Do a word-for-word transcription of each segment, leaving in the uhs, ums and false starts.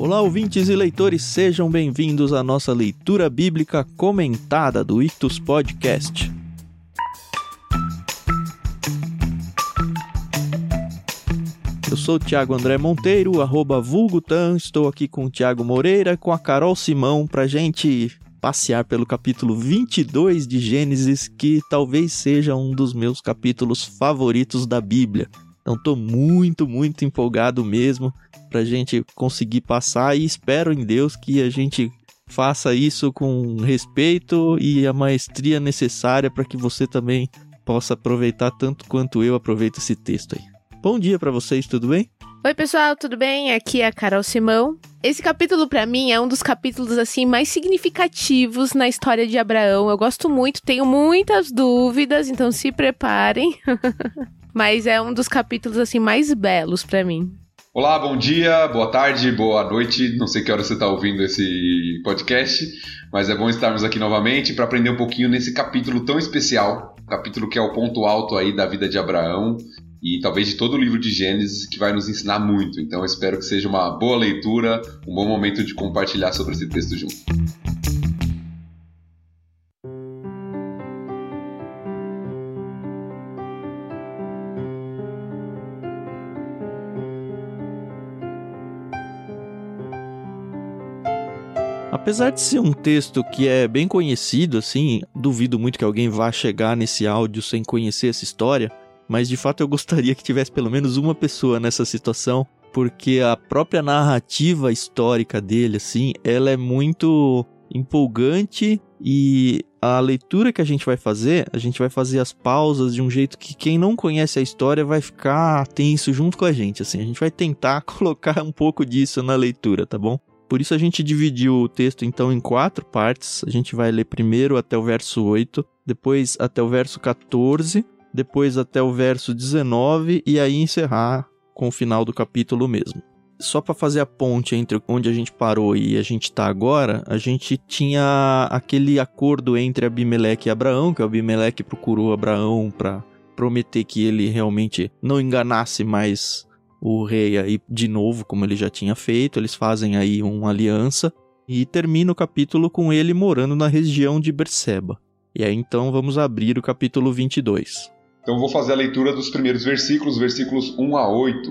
Olá, ouvintes e leitores, sejam bem-vindos à nossa leitura bíblica comentada do Ictus Podcast. Eu sou o Thiago André Monteiro, arroba vulgutan, estou aqui com o Thiago Moreira, com a Carol Simão, pra gente passear pelo capítulo vinte e dois de Gênesis, que talvez seja um dos meus capítulos favoritos da Bíblia. Então tô muito, muito empolgado mesmo pra gente conseguir passar e espero em Deus que a gente faça isso com respeito e a maestria necessária para que você também possa aproveitar tanto quanto eu aproveito esse texto aí. Bom dia pra vocês, tudo bem? Oi pessoal, tudo bem? Aqui é a Carol Simão. Esse capítulo pra mim é um dos capítulos assim mais significativos na história de Abraão. Eu gosto muito, tenho muitas dúvidas, então se preparem. Mas é um dos capítulos assim mais belos pra mim. Olá, bom dia, boa tarde, boa noite. Não sei que hora você está ouvindo esse podcast, mas é bom estarmos aqui novamente para aprender um pouquinho nesse capítulo tão especial, capítulo que é o ponto alto aí da vida de Abraão e talvez de todo o livro de Gênesis, que vai nos ensinar muito. Então eu espero que seja uma boa leitura, um bom momento de compartilhar sobre esse texto junto. Apesar de ser um texto que é bem conhecido, assim, duvido muito que alguém vá chegar nesse áudio sem conhecer essa história, mas de fato eu gostaria que tivesse pelo menos uma pessoa nessa situação, porque a própria narrativa histórica dele, assim, ela é muito empolgante e a leitura que a gente vai fazer, a gente vai fazer as pausas de um jeito que quem não conhece a história vai ficar tenso junto com a gente, assim, a gente vai tentar colocar um pouco disso na leitura, tá bom? Por isso a gente dividiu o texto então em quatro partes. A gente vai ler primeiro até o verso oito, depois até o verso catorze, depois até o verso dezenove e aí encerrar com o final do capítulo mesmo. Só para fazer a ponte entre onde a gente parou e a gente está agora, a gente tinha aquele acordo entre Abimeleque e Abraão, que o Abimeleque procurou Abraão para prometer que ele realmente não enganasse mais o rei aí de novo, como ele já tinha feito. Eles fazem aí uma aliança e termina o capítulo com ele morando na região de Berseba. E aí então vamos abrir o capítulo vinte e dois. Então eu vou fazer a leitura dos primeiros versículos, versículos um a oito.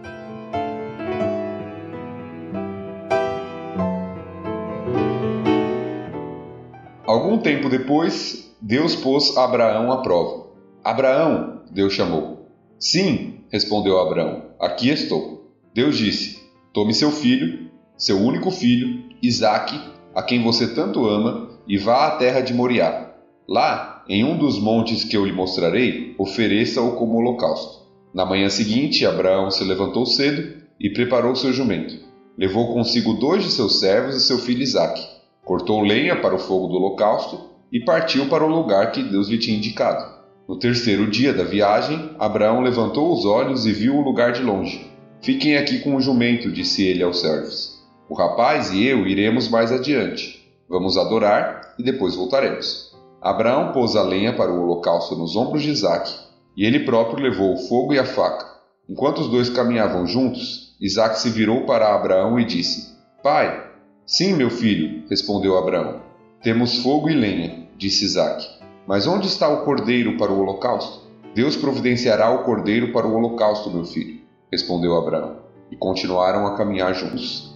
Algum tempo depois, Deus pôs Abraão à prova. Abraão, Deus chamou. Sim, respondeu Abraão, aqui estou. Deus disse, tome seu filho, seu único filho, Isaque, a quem você tanto ama, e vá à terra de Moriá. Lá, em um dos montes que eu lhe mostrarei, ofereça-o como holocausto. Na manhã seguinte, Abraão se levantou cedo e preparou seu jumento. Levou consigo dois de seus servos e seu filho Isaque. Cortou lenha para o fogo do holocausto e partiu para o lugar que Deus lhe tinha indicado. No terceiro dia da viagem, Abraão levantou os olhos e viu o lugar de longe. Fiquem aqui com o jumento, disse ele aos servos. O rapaz e eu iremos mais adiante. Vamos adorar e depois voltaremos. Abraão pôs a lenha para o holocausto nos ombros de Isaque, e ele próprio levou o fogo e a faca. Enquanto os dois caminhavam juntos, Isaque se virou para Abraão e disse, Pai, sim, meu filho, respondeu Abraão. Temos fogo e lenha, disse Isaque. Mas onde está o cordeiro para o holocausto? Deus providenciará o cordeiro para o holocausto, meu filho, respondeu Abraão, e continuaram a caminhar juntos.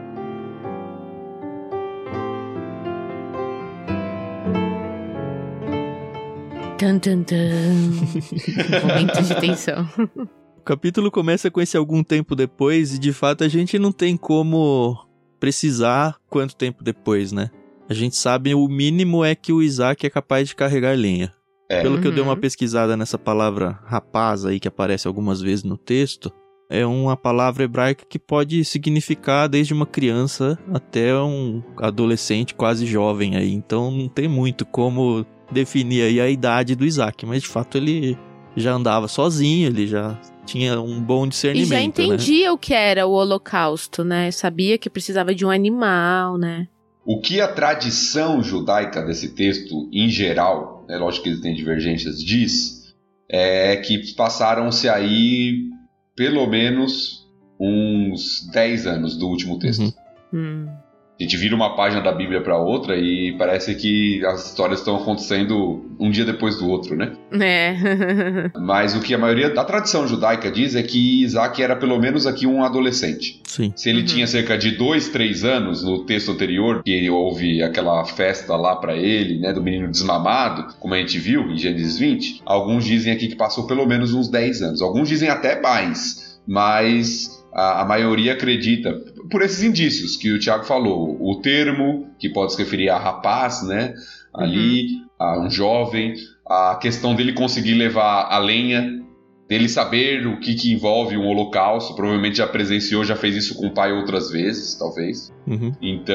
Tum, tum, tum. Momento de tensão. O capítulo começa com esse algum tempo depois e de fato a gente não tem como precisar quanto tempo depois, né? A gente sabe, o mínimo é que o Isaque é capaz de carregar lenha. É. Pelo uhum. que eu dei uma pesquisada nessa palavra rapaz aí, que aparece algumas vezes no texto, é uma palavra hebraica que pode significar desde uma criança até um adolescente quase jovem aí. Então não tem muito como definir aí a idade do Isaque, mas de fato ele já andava sozinho, ele já tinha um bom discernimento. E já entendia, né, o que era o holocausto, né? Sabia que precisava de um animal, né? O que a tradição judaica desse texto, em geral, é lógico que eles têm divergências, diz, é que passaram-se aí pelo menos uns dez anos do último texto. Uhum. Hum. A gente vira uma página da Bíblia para outra e parece que as histórias estão acontecendo um dia depois do outro, né? É. Mas o que a maioria da tradição judaica diz é que Isaac era pelo menos aqui um adolescente. Sim. Se ele uhum. tinha cerca de dois, três anos, no texto anterior, que houve aquela festa lá para ele, né, do menino desmamado, como a gente viu em Gênesis vinte, alguns dizem aqui que passou pelo menos uns dez anos. Alguns dizem até mais, mas... A, a maioria acredita, por esses indícios que o Tiago falou, o termo, que pode se referir a rapaz, né, ali, uhum. a um jovem, a questão dele conseguir levar a lenha, dele saber o que, que envolve um holocausto, provavelmente já presenciou, já fez isso com o pai outras vezes, talvez. Uhum.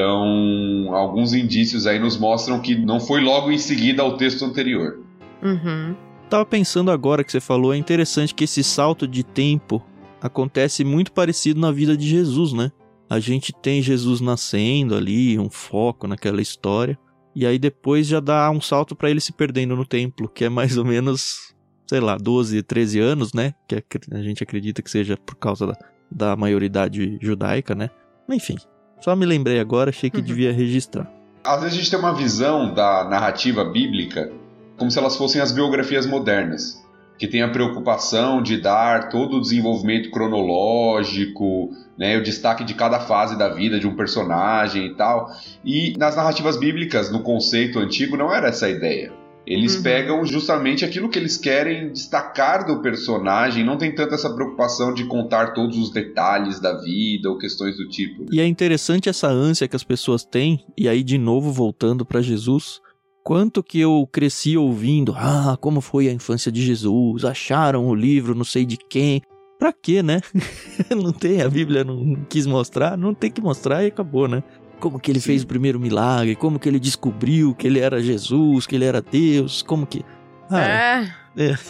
Então, alguns indícios aí nos mostram que não foi logo em seguida ao texto anterior. Uhum. Tava pensando agora que você falou, é interessante que esse salto de tempo acontece muito parecido na vida de Jesus, né? A gente tem Jesus nascendo ali, um foco naquela história, e aí depois já dá um salto pra ele se perdendo no templo, que é mais ou menos, sei lá, doze, treze anos, né? Que a gente acredita que seja por causa da, da maioridade judaica, né? Enfim, só me lembrei agora, achei que uhum. devia registrar. Às vezes a gente tem uma visão da narrativa bíblica como se elas fossem as biografias modernas, que tem a preocupação de dar todo o desenvolvimento cronológico, né, o destaque de cada fase da vida de um personagem e tal. E nas narrativas bíblicas, no conceito antigo, não era essa a ideia. Eles uhum. pegam justamente aquilo que eles querem destacar do personagem, não tem tanta essa preocupação de contar todos os detalhes da vida ou questões do tipo. Né? E é interessante essa ânsia que as pessoas têm, e aí de novo voltando para Jesus... Quanto que eu cresci ouvindo, ah, como foi a infância de Jesus, acharam o livro não sei de quem. Pra quê, né? Não tem, a Bíblia não quis mostrar, não tem que mostrar e acabou, né? Como que ele Sim. fez o primeiro milagre, como que ele descobriu que ele era Jesus, que ele era Deus, como que... Ah, é. é.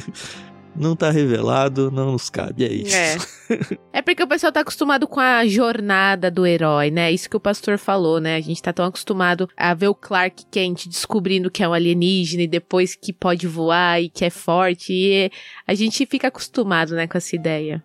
Não tá revelado, não nos cabe, é isso. É. É porque o pessoal tá acostumado com a jornada do herói, né? Isso que o pastor falou, né? A gente tá tão acostumado a ver o Clark Kent descobrindo que é um alienígena e depois que pode voar e que é forte. E a gente fica acostumado, né, com essa ideia.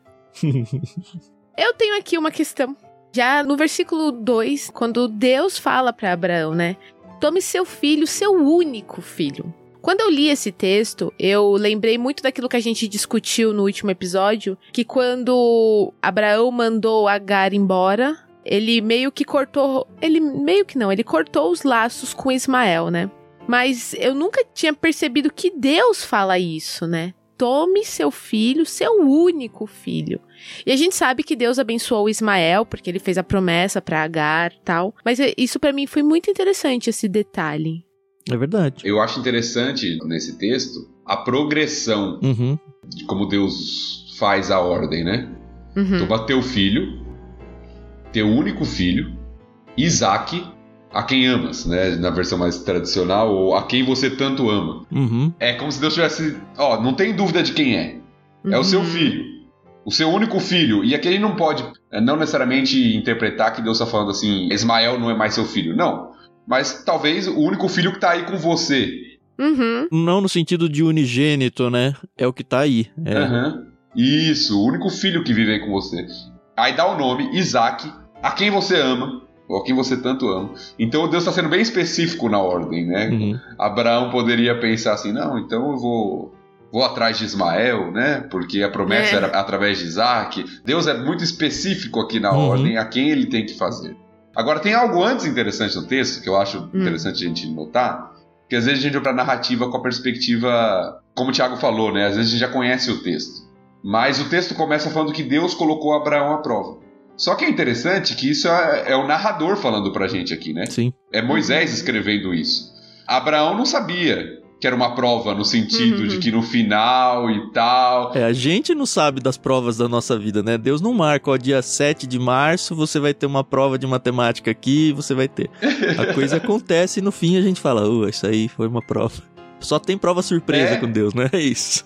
Eu tenho aqui uma questão. Já no versículo dois, quando Deus fala pra Abraão, né? Tome seu filho, seu único filho. Quando eu li esse texto, eu lembrei muito daquilo que a gente discutiu no último episódio, que quando Abraão mandou Agar embora, ele meio que cortou, ele meio que não, ele cortou os laços com Ismael, né? Mas eu nunca tinha percebido que Deus fala isso, né? Tome seu filho, seu único filho. E a gente sabe que Deus abençoou Ismael, porque ele fez a promessa para Agar e tal. Mas isso para mim foi muito interessante, esse detalhe. É verdade. Eu acho interessante nesse texto a progressão uhum. de como Deus faz a ordem, né? Uhum. Toma teu filho, teu único filho, Isaac, a quem amas, né? Na versão mais tradicional, ou a quem você tanto ama. Uhum. É como se Deus tivesse... Ó, não tem dúvida de quem é. Uhum. É o seu filho. O seu único filho. E aqui ele não pode, não necessariamente interpretar que Deus está falando assim, Ismael não é mais seu filho. Não. Mas talvez o único filho que tá aí com você. Uhum. Não no sentido de unigênito, né? É o que tá aí. É. Uhum. Isso, o único filho que vive aí com você. Aí dá o nome, Isaac, a quem você ama, ou a quem você tanto ama. Então Deus está sendo bem específico na ordem, né? Uhum. Abraão poderia pensar assim, não, então eu vou... Vou atrás de Ismael, né? Porque a promessa é. era através de Isaac. Deus é muito específico aqui na uhum. ordem, a quem ele tem que fazer. Agora, tem algo antes interessante no texto, que eu acho hum. interessante a gente notar, que às vezes a gente olha para a narrativa com a perspectiva, como o Tiago falou, né? Às vezes a gente já conhece o texto. Mas o texto começa falando que Deus colocou Abraão à prova. Só que é interessante que isso é, é o narrador falando pra gente aqui, né? Sim. É Moisés escrevendo isso. Abraão não sabia que era uma prova no sentido uhum. de que no final e tal... É, a gente não sabe das provas da nossa vida, né? Deus não marca, ó, dia sete de março você vai ter uma prova de matemática aqui, você vai ter. A coisa acontece e no fim a gente fala, oh, isso aí foi uma prova. Só tem prova surpresa é. com Deus, né? É isso.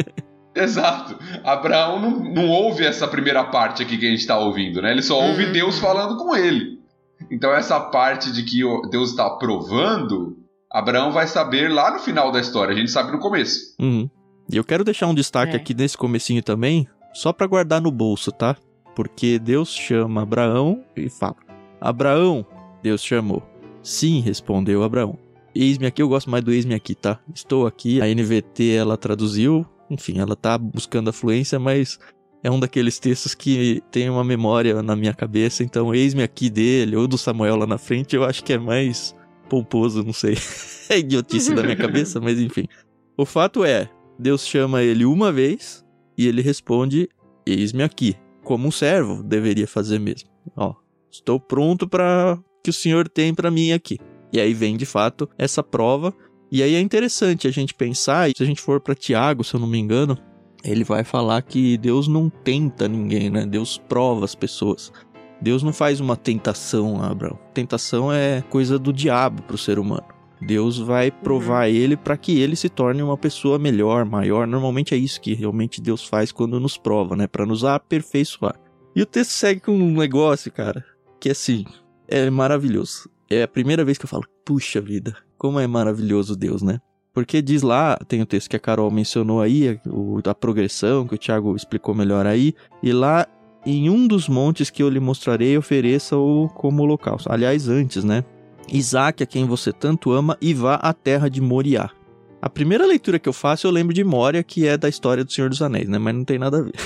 Exato. Abraão não, não ouve essa primeira parte aqui que a gente está ouvindo, né? Ele só ouve uhum. Deus falando com ele. Então essa parte de que Deus está provando... Abraão vai saber lá no final da história, a gente sabe no começo. Uhum. E eu quero deixar um destaque é. aqui nesse comecinho também, só pra guardar no bolso, tá? Porque Deus chama Abraão e fala, Abraão, Deus chamou. Sim, respondeu Abraão. Eis-me aqui, eu gosto mais do eis-me aqui, tá? Estou aqui, a N V T ela traduziu, enfim, ela tá buscando a fluência, mas é um daqueles textos que tem uma memória na minha cabeça, então eis-me aqui dele, ou do Samuel lá na frente, eu acho que é mais pomposo, não sei. É idiotice da minha cabeça, mas enfim. O fato é, Deus chama ele uma vez e ele responde, eis-me aqui, como um servo deveria fazer mesmo. Ó, estou pronto para que o Senhor tem para mim aqui. E aí vem, de fato, essa prova. E aí é interessante a gente pensar, se a gente for para Tiago, se eu não me engano, ele vai falar que Deus não tenta ninguém, né? Deus prova as pessoas. Deus não faz uma tentação, Abraão. Tentação é coisa do diabo para o ser humano. Deus vai provar uhum. ele para que ele se torne uma pessoa melhor, maior. Normalmente é isso que realmente Deus faz quando nos prova, né? Para nos aperfeiçoar. E o texto segue com um negócio, cara, que assim, é maravilhoso. É a primeira vez que eu falo, puxa vida, como é maravilhoso Deus, né? Porque diz lá, tem o texto que a Carol mencionou aí, a, a progressão, que o Thiago explicou melhor aí, e lá, em um dos montes que eu lhe mostrarei, ofereça-o como holocausto. Aliás, antes, né? Isaque, a quem você tanto ama, e vá à terra de Moriá. A primeira leitura que eu faço, eu lembro de Moria, que é da história do Senhor dos Anéis, né? Mas não tem nada a ver.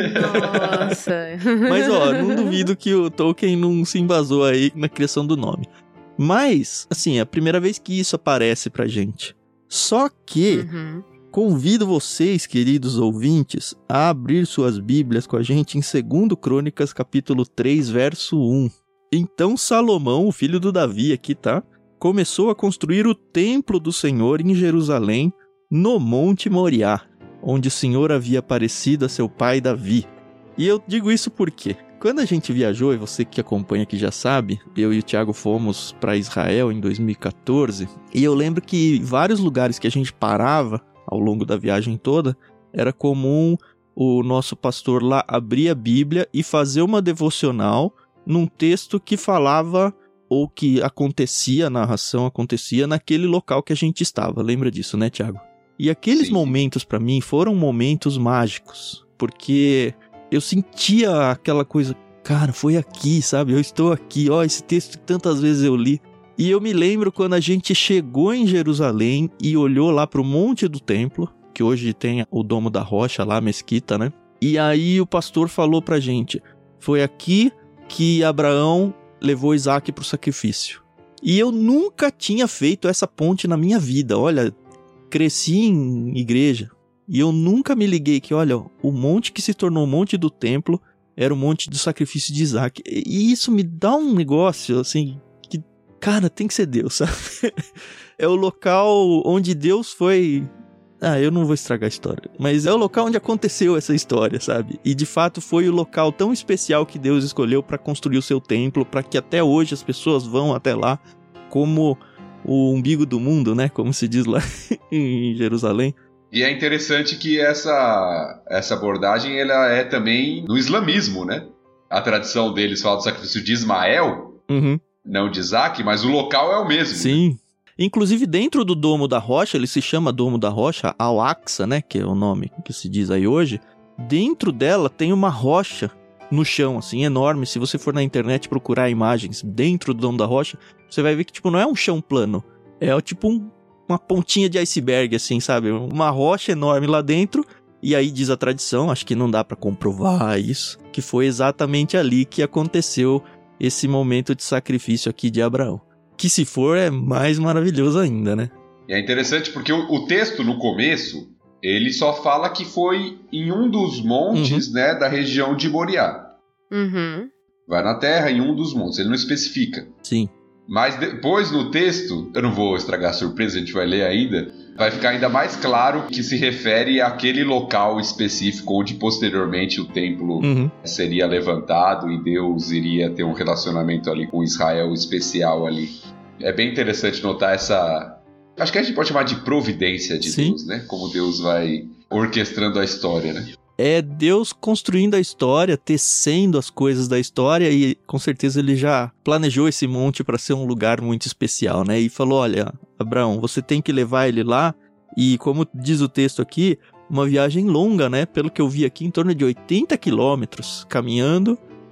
Nossa! Mas, ó, não duvido que o Tolkien não se embasou aí na criação do nome. Mas, assim, é a primeira vez que isso aparece pra gente. Só que, uhum. convido vocês, queridos ouvintes, a abrir suas Bíblias com a gente em Segunda Crônicas, capítulo três, verso um. Então Salomão, o filho do Davi aqui, tá? Começou a construir o templo do Senhor em Jerusalém, no Monte Moriá, onde o Senhor havia aparecido a seu pai Davi. E eu digo isso porque, quando a gente viajou, e você que acompanha aqui já sabe, eu e o Thiago fomos para Israel em dois mil e catorze, e eu lembro que vários lugares que a gente parava ao longo da viagem toda, era comum o nosso pastor lá abrir a Bíblia e fazer uma devocional num texto que falava ou que acontecia, a narração acontecia naquele local que a gente estava. Lembra disso, né, Thiago? E aqueles Sim. momentos para mim foram momentos mágicos, porque eu sentia aquela coisa, cara, foi aqui, sabe? Eu estou aqui, ó, esse texto que tantas vezes eu li. E eu me lembro quando a gente chegou em Jerusalém e olhou lá pro Monte do Templo, que hoje tem o Domo da Rocha lá, a mesquita, né? E aí o pastor falou pra gente, foi aqui que Abraão levou Isaque pro sacrifício. E eu nunca tinha feito essa ponte na minha vida, olha, cresci em igreja. E eu nunca me liguei que, olha, o monte que se tornou o monte do templo era o monte do sacrifício de Isaque. E isso me dá um negócio, assim, que, cara, tem que ser Deus, sabe? É o local onde Deus foi... Ah, eu não vou estragar a história. Mas é o local onde aconteceu essa história, sabe? E de fato foi o local tão especial que Deus escolheu para construir o seu templo, para que até hoje as pessoas vão até lá como o umbigo do mundo, né? Como se diz lá em Jerusalém. E é interessante que essa, essa abordagem ela é também no islamismo, né? A tradição deles fala do sacrifício de Ismael, uhum. não de Isaque, mas o local é o mesmo. Sim. Né? Inclusive dentro do Domo da Rocha, ele se chama Domo da Rocha, Al-Aqsa, né? Que é o nome que se diz aí hoje. Dentro dela tem uma rocha no chão, assim, enorme. Se você for na internet procurar imagens dentro do Domo da Rocha, você vai ver que, tipo, não é um chão plano. É, tipo, um, uma pontinha de iceberg, assim, sabe? Uma rocha enorme lá dentro. E aí diz a tradição, acho que não dá pra comprovar isso, que foi exatamente ali que aconteceu esse momento de sacrifício aqui de Abraão. Que se for é mais maravilhoso ainda, né? E é interessante porque o, o texto no começo, ele só fala que foi em um dos montes, uhum. né, da região de Moriá. Uhum. Vai na terra em um dos montes, ele não especifica. Sim. Mas depois no texto, eu não vou estragar a surpresa, a gente vai ler ainda, vai ficar ainda mais claro que se refere àquele local específico onde posteriormente o templo uhum. seria levantado e Deus iria ter um relacionamento ali com Israel especial ali. É bem interessante notar essa... Acho que a gente pode chamar de providência de Sim. Deus, né? Como Deus vai orquestrando a história, né? É Deus construindo a história, tecendo as coisas da história e com certeza ele já planejou esse monte para ser um lugar muito especial, né? E falou, olha, Abraão, você tem que levar ele lá e, como diz o texto aqui, uma viagem longa, né? Pelo que eu vi aqui, em torno de oitenta quilômetros caminhando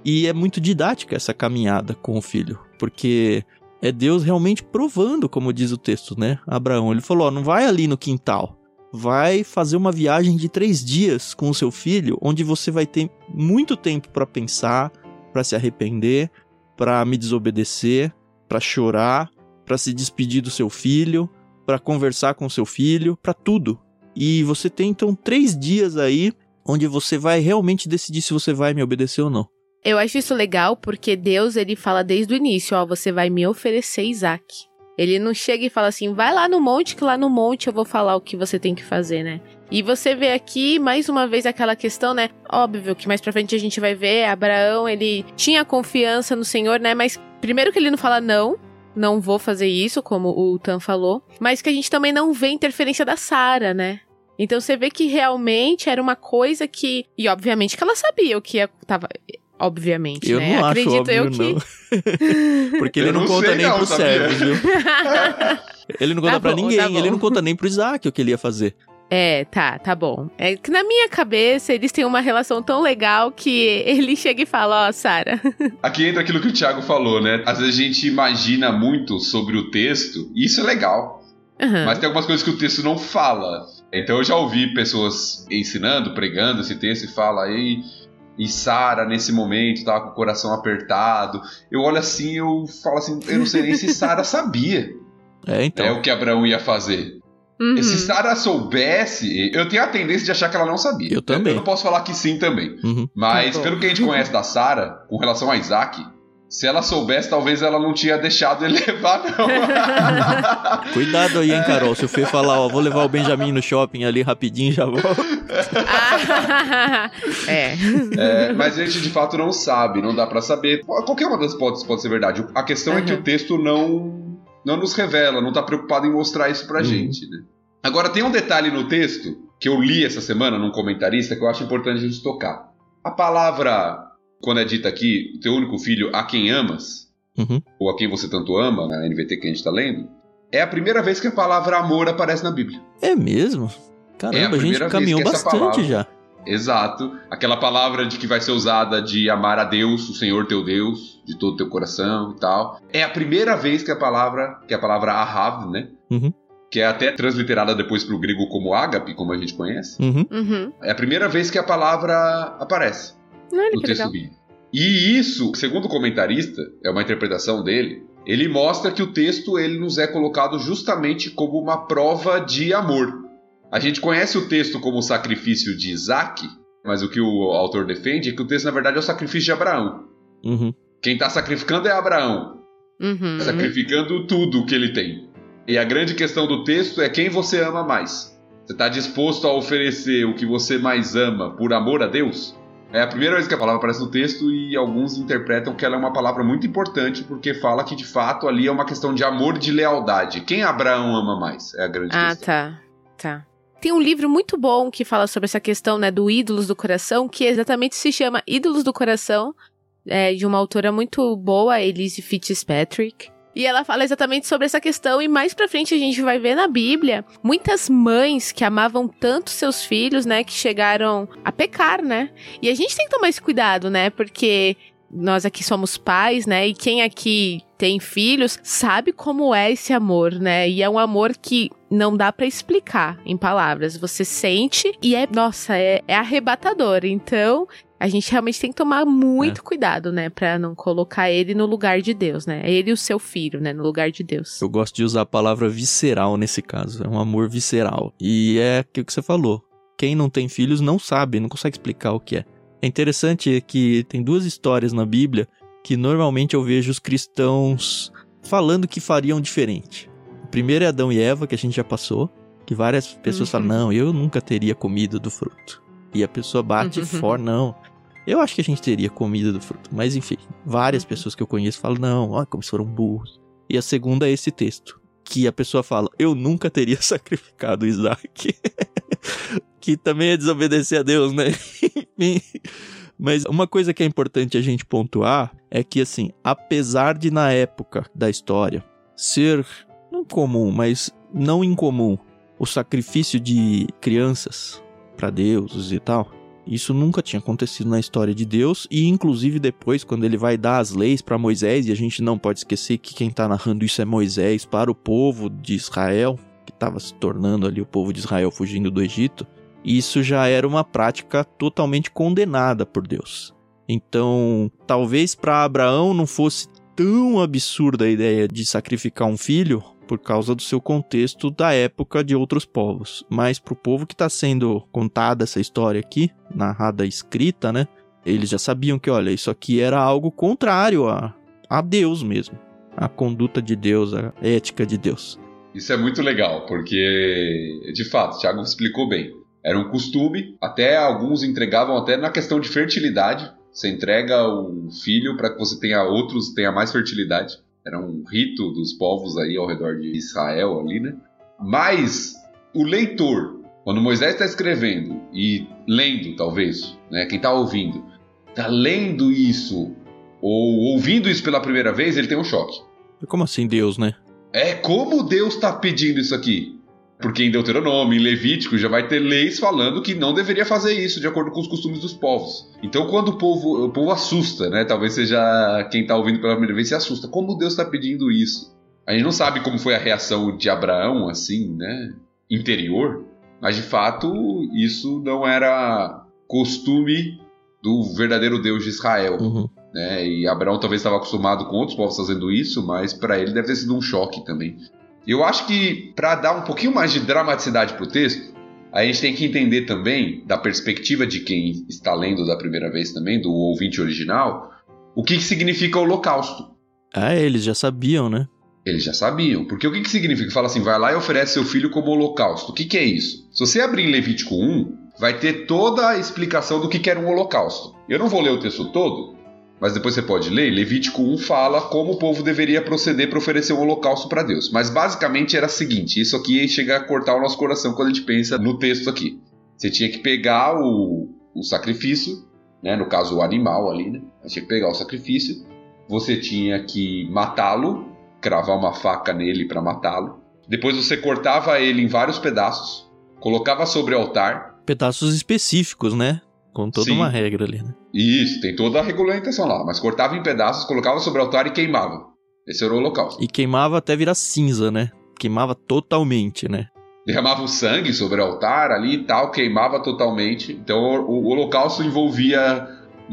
E é muito didática essa caminhada com o filho, porque é Deus realmente provando, como diz o texto, né? Abraão, ele falou, ó, não vai ali no quintal, vai fazer uma viagem de três dias com o seu filho, onde você vai ter muito tempo para pensar, para se arrepender, para me desobedecer, para chorar, para se despedir do seu filho, para conversar com o seu filho, para tudo. E você tem então três dias aí, onde você vai realmente decidir se você vai me obedecer ou não. Eu acho isso legal porque Deus, ele fala desde o início, ó, você vai me oferecer Isaac. Ele não chega e fala assim, vai lá no monte, que lá no monte eu vou falar o que você tem que fazer, né? E você vê aqui, mais uma vez, aquela questão, né? Óbvio que mais pra frente a gente vai ver, Abraão, ele tinha confiança no Senhor, né? Mas primeiro que ele não fala não, não vou fazer isso, como o Tan falou. Mas que a gente também não vê interferência da Sara, né? Então você vê que realmente era uma coisa que... E obviamente que ela sabia o que ia... Tava... Obviamente, eu né? Não Acredito acho óbvio, eu que... não. Porque ele eu não, não conta sei, nem não, pro sabia? servo, viu? Ele não conta Tá pra bom, ninguém, tá bom. ele não conta nem pro Isaac o que ele ia fazer. É, tá, tá bom. É que na minha cabeça, eles têm uma relação tão legal que ele chega e fala, ó, Sara. Aqui entra aquilo que o Thiago falou, né? Às vezes a gente imagina muito sobre o texto, e isso é legal. Uhum. Mas tem algumas coisas que o texto não fala. Então eu já ouvi pessoas ensinando, pregando esse texto e fala aí... E Sara, nesse momento, tava com o coração apertado. Eu olho assim, eu falo assim, eu não sei nem se Sara sabia É, então. é, o que Abraão ia fazer. Uhum. Se Sara soubesse, eu tenho a tendência de achar que ela não sabia. Eu também. Eu não posso falar que sim também. Uhum. Mas Tá bom. pelo que a gente conhece da Sara, com relação a Isaac, se ela soubesse, talvez ela não tinha deixado ele levar, não. Cuidado aí, hein, Carol. Se o Fê falar, ó, vou levar o Benjamin no shopping ali rapidinho, já vou. Ah, é. É, mas a gente de fato não sabe, não dá pra saber. Qualquer uma das hipóteses pode ser verdade. A questão Uhum. é que o texto não, não nos revela, não tá preocupado em mostrar isso pra Uhum. gente, né? Agora, tem um detalhe no texto que eu li essa semana num comentarista que eu acho importante a gente tocar. A palavra, quando é dita aqui, teu único filho, a quem amas, Uhum. ou a quem você tanto ama, na N V T que a gente tá lendo, é a primeira vez que a palavra amor aparece na Bíblia. É mesmo? É a Caramba, a gente primeira caminhou vez que essa bastante palavra- já. Exato. Aquela palavra de que vai ser usada de amar a Deus, o Senhor teu Deus, de todo o teu coração e tal. É a primeira vez que a palavra, que a palavra ahav, né? Uhum. Que é até transliterada depois para o grego como ágape, como a gente conhece. Uhum. Uhum. É a primeira vez que a palavra aparece Olha no que texto legal. bíblico. E isso, segundo o comentarista, é uma interpretação dele, ele mostra que o texto ele nos é colocado justamente como uma prova de amor. A gente conhece o texto como o sacrifício de Isaac, mas o que o autor defende é que o texto, na verdade, é o sacrifício de Abraão. Uhum. Quem está sacrificando é Abraão, Uhum. sacrificando tudo o que ele tem. E a grande questão do texto é quem você ama mais. Você está disposto a oferecer o que você mais ama por amor a Deus? É a primeira vez que a palavra aparece no texto e alguns interpretam que ela é uma palavra muito importante porque fala que, de fato, ali é uma questão de amor e de lealdade. Quem Abraão ama mais? É a grande Ah, questão. tá. Tá. Tem um livro muito bom que fala sobre essa questão, né, do Ídolos do Coração, que exatamente se chama Ídolos do Coração, é, de uma autora muito boa, Elise Fitzpatrick. E ela fala exatamente sobre essa questão, e mais pra frente a gente vai ver na Bíblia muitas mães que amavam tanto seus filhos, né, que chegaram a pecar, né? E a gente tem que tomar esse cuidado, né, porque nós aqui somos pais, né, e quem aqui tem filhos sabe como é esse amor, né, e é um amor que não dá pra explicar em palavras, você sente e é, nossa, é, é arrebatador, então... A gente realmente tem que tomar muito é. cuidado, né? Pra não colocar ele no lugar de Deus, né? Ele e o seu filho, né? No lugar de Deus. Eu gosto de usar a palavra visceral nesse caso. É um amor visceral. E é aquilo que você falou. Quem não tem filhos não sabe, não consegue explicar o que é. É interessante que tem duas histórias na Bíblia que normalmente eu vejo os cristãos falando que fariam diferente. O primeiro é Adão e Eva, que a gente já passou. Que várias pessoas uhum. falam, não, eu nunca teria comido do fruto. E a pessoa bate uhum. fora, não. Eu acho que a gente teria comido do fruto. Mas enfim, várias uhum. pessoas que eu conheço falam, não, olha como foram burros. E a segunda é esse texto. Que a pessoa fala, eu nunca teria sacrificado Isaac. Que também é desobedecer a Deus, né? Enfim. Mas uma coisa que é importante a gente pontuar é que, assim, apesar de na época da história ser, não comum, mas não incomum, o sacrifício de crianças para deuses e tal, Isso nunca tinha acontecido na história de Deus, e inclusive depois, quando ele vai dar as leis para Moisés, e a gente não pode esquecer que quem está narrando isso é Moisés para o povo de Israel, que estava se tornando ali o povo de Israel fugindo do Egito, isso já era uma prática totalmente condenada por Deus. Então, talvez para Abraão não fosse tão absurda a ideia de sacrificar um filho, por causa do seu contexto da época de outros povos. Mas pro povo que está sendo contada essa história aqui, narrada escrita, né? Eles já sabiam que, olha, isso aqui era algo contrário a, a Deus mesmo. A conduta de Deus, a ética de Deus. Isso é muito legal, porque, de fato, o Thiago explicou bem. Era um costume, até alguns entregavam até na questão de fertilidade. Você entrega o filho para que você tenha outros, tenha mais fertilidade. Era um rito dos povos aí ao redor de Israel ali, né? Mas o leitor, quando Moisés está escrevendo e lendo, talvez, né? Quem está ouvindo, está lendo isso ou ouvindo isso pela primeira vez, ele tem um choque. Como assim Deus, né? É, como Deus está pedindo isso aqui? Porque em Deuteronômio, em Levítico, já vai ter leis falando que não deveria fazer isso de acordo com os costumes dos povos. Então, quando o povo, o povo assusta, né? Talvez seja quem está ouvindo pela primeira vez se assusta. Como Deus está pedindo isso? A gente não sabe como foi a reação de Abraão, assim, né? Interior. Mas, de fato, isso não era costume do verdadeiro Deus de Israel. Uhum. Né? E Abraão talvez estava acostumado com outros povos fazendo isso, mas para ele deve ter sido um choque também. Eu acho que, para dar um pouquinho mais de dramaticidade para o texto, a gente tem que entender também, da perspectiva de quem está lendo da primeira vez também, do ouvinte original, o que, que significa holocausto. Ah, eles já sabiam, né? Eles já sabiam. Porque o que, que significa? Fala assim, vai lá e oferece seu filho como holocausto. O que, que é isso? Se você abrir em Levítico um, vai ter toda a explicação do que, que era um holocausto. Eu não vou ler o texto todo, mas depois você pode ler. Levítico um fala como o povo deveria proceder para oferecer um holocausto para Deus. Mas basicamente era o seguinte, isso aqui chega a cortar o nosso coração quando a gente pensa no texto aqui. Você tinha que pegar o, o sacrifício, né, no caso o animal ali, né? Você tinha que pegar o sacrifício, você tinha que matá-lo, cravar uma faca nele para matá-lo. Depois você cortava ele em vários pedaços, colocava sobre o altar. Pedaços específicos, né? Com toda Sim. uma regra ali, né? Isso, tem toda a regulamentação lá. Mas cortava em pedaços, colocava sobre o altar e queimava. Esse era o holocausto. E queimava até virar cinza, né? Queimava totalmente, né? Derramava o sangue sobre o altar ali e tal, queimava totalmente. Então o, o holocausto envolvia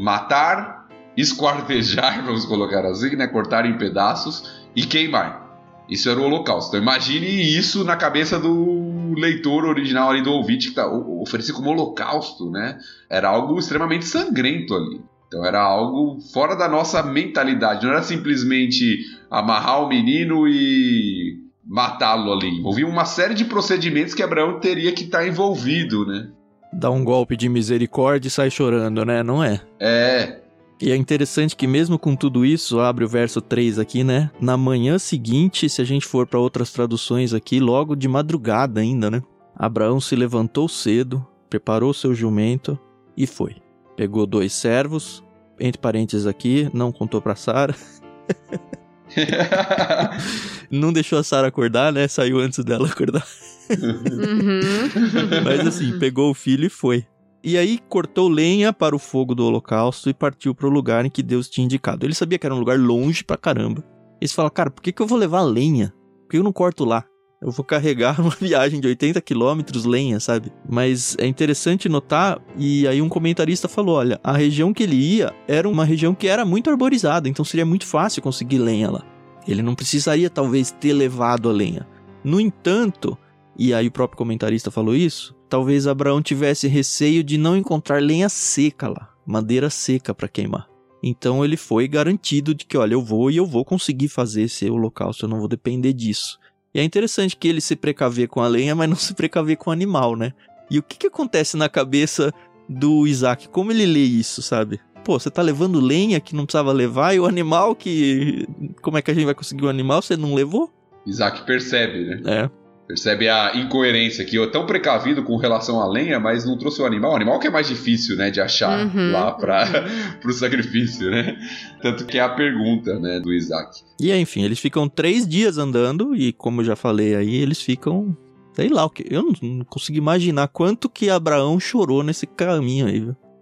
matar, esquartejar, vamos colocar assim, né? Cortar em pedaços e queimar. Isso era o holocausto. Então imagine isso na cabeça do leitor original ali, do ouvinte, que tá oferecido como holocausto, né? Era algo extremamente sangrento ali. Então era algo fora da nossa mentalidade. Não era simplesmente amarrar o menino e matá-lo ali. Envolvia uma série de procedimentos que Abraão teria que estar envolvido, né? Dá um golpe de misericórdia e sai chorando, né? Não é? É... E é interessante que mesmo com tudo isso, abre o verso três aqui, né? Na manhã seguinte, se a gente for para outras traduções aqui, logo de madrugada ainda, né? Abraão se levantou cedo, preparou seu jumento e foi. Pegou dois servos, entre parênteses aqui, não contou pra Sara. Não deixou a Sara acordar, né? Saiu antes dela acordar. Uhum. Mas assim, pegou o filho e foi. E aí cortou lenha para o fogo do holocausto e partiu para o lugar em que Deus tinha indicado. Ele sabia que era um lugar longe pra caramba. Eles falaram, cara, por que, que eu vou levar lenha? Por que eu não corto lá? Eu vou carregar uma viagem de oitenta quilômetros lenha, sabe? Mas é interessante notar, e aí um comentarista falou, olha, a região que ele ia era uma região que era muito arborizada, então seria muito fácil conseguir lenha lá. Ele não precisaria talvez ter levado a lenha. No entanto, e aí o próprio comentarista falou isso, talvez Abraão tivesse receio de não encontrar lenha seca lá, madeira seca para queimar. Então ele foi garantido de que, olha, eu vou e eu vou conseguir fazer esse holocausto, eu não vou depender disso. E é interessante que ele se precaver com a lenha, mas não se precaver com o animal, né? E o que, que acontece na cabeça do Isaac? Como ele lê isso, sabe? Pô, você tá levando lenha que não precisava levar e o animal que... Como é que a gente vai conseguir o animal? Você não levou? Isaac percebe, né? É. Percebe a incoerência aqui. Eu tão precavido com relação à lenha, mas não trouxe o animal. O animal que é mais difícil, né, de achar Uhum. lá para o sacrifício, né? Tanto que é a pergunta, né, do Isaac. E aí, enfim, eles ficam três dias andando e, como eu já falei aí, eles ficam... Sei lá, o que eu não, não consigo imaginar quanto que Abraão chorou nesse caminho aí, viu?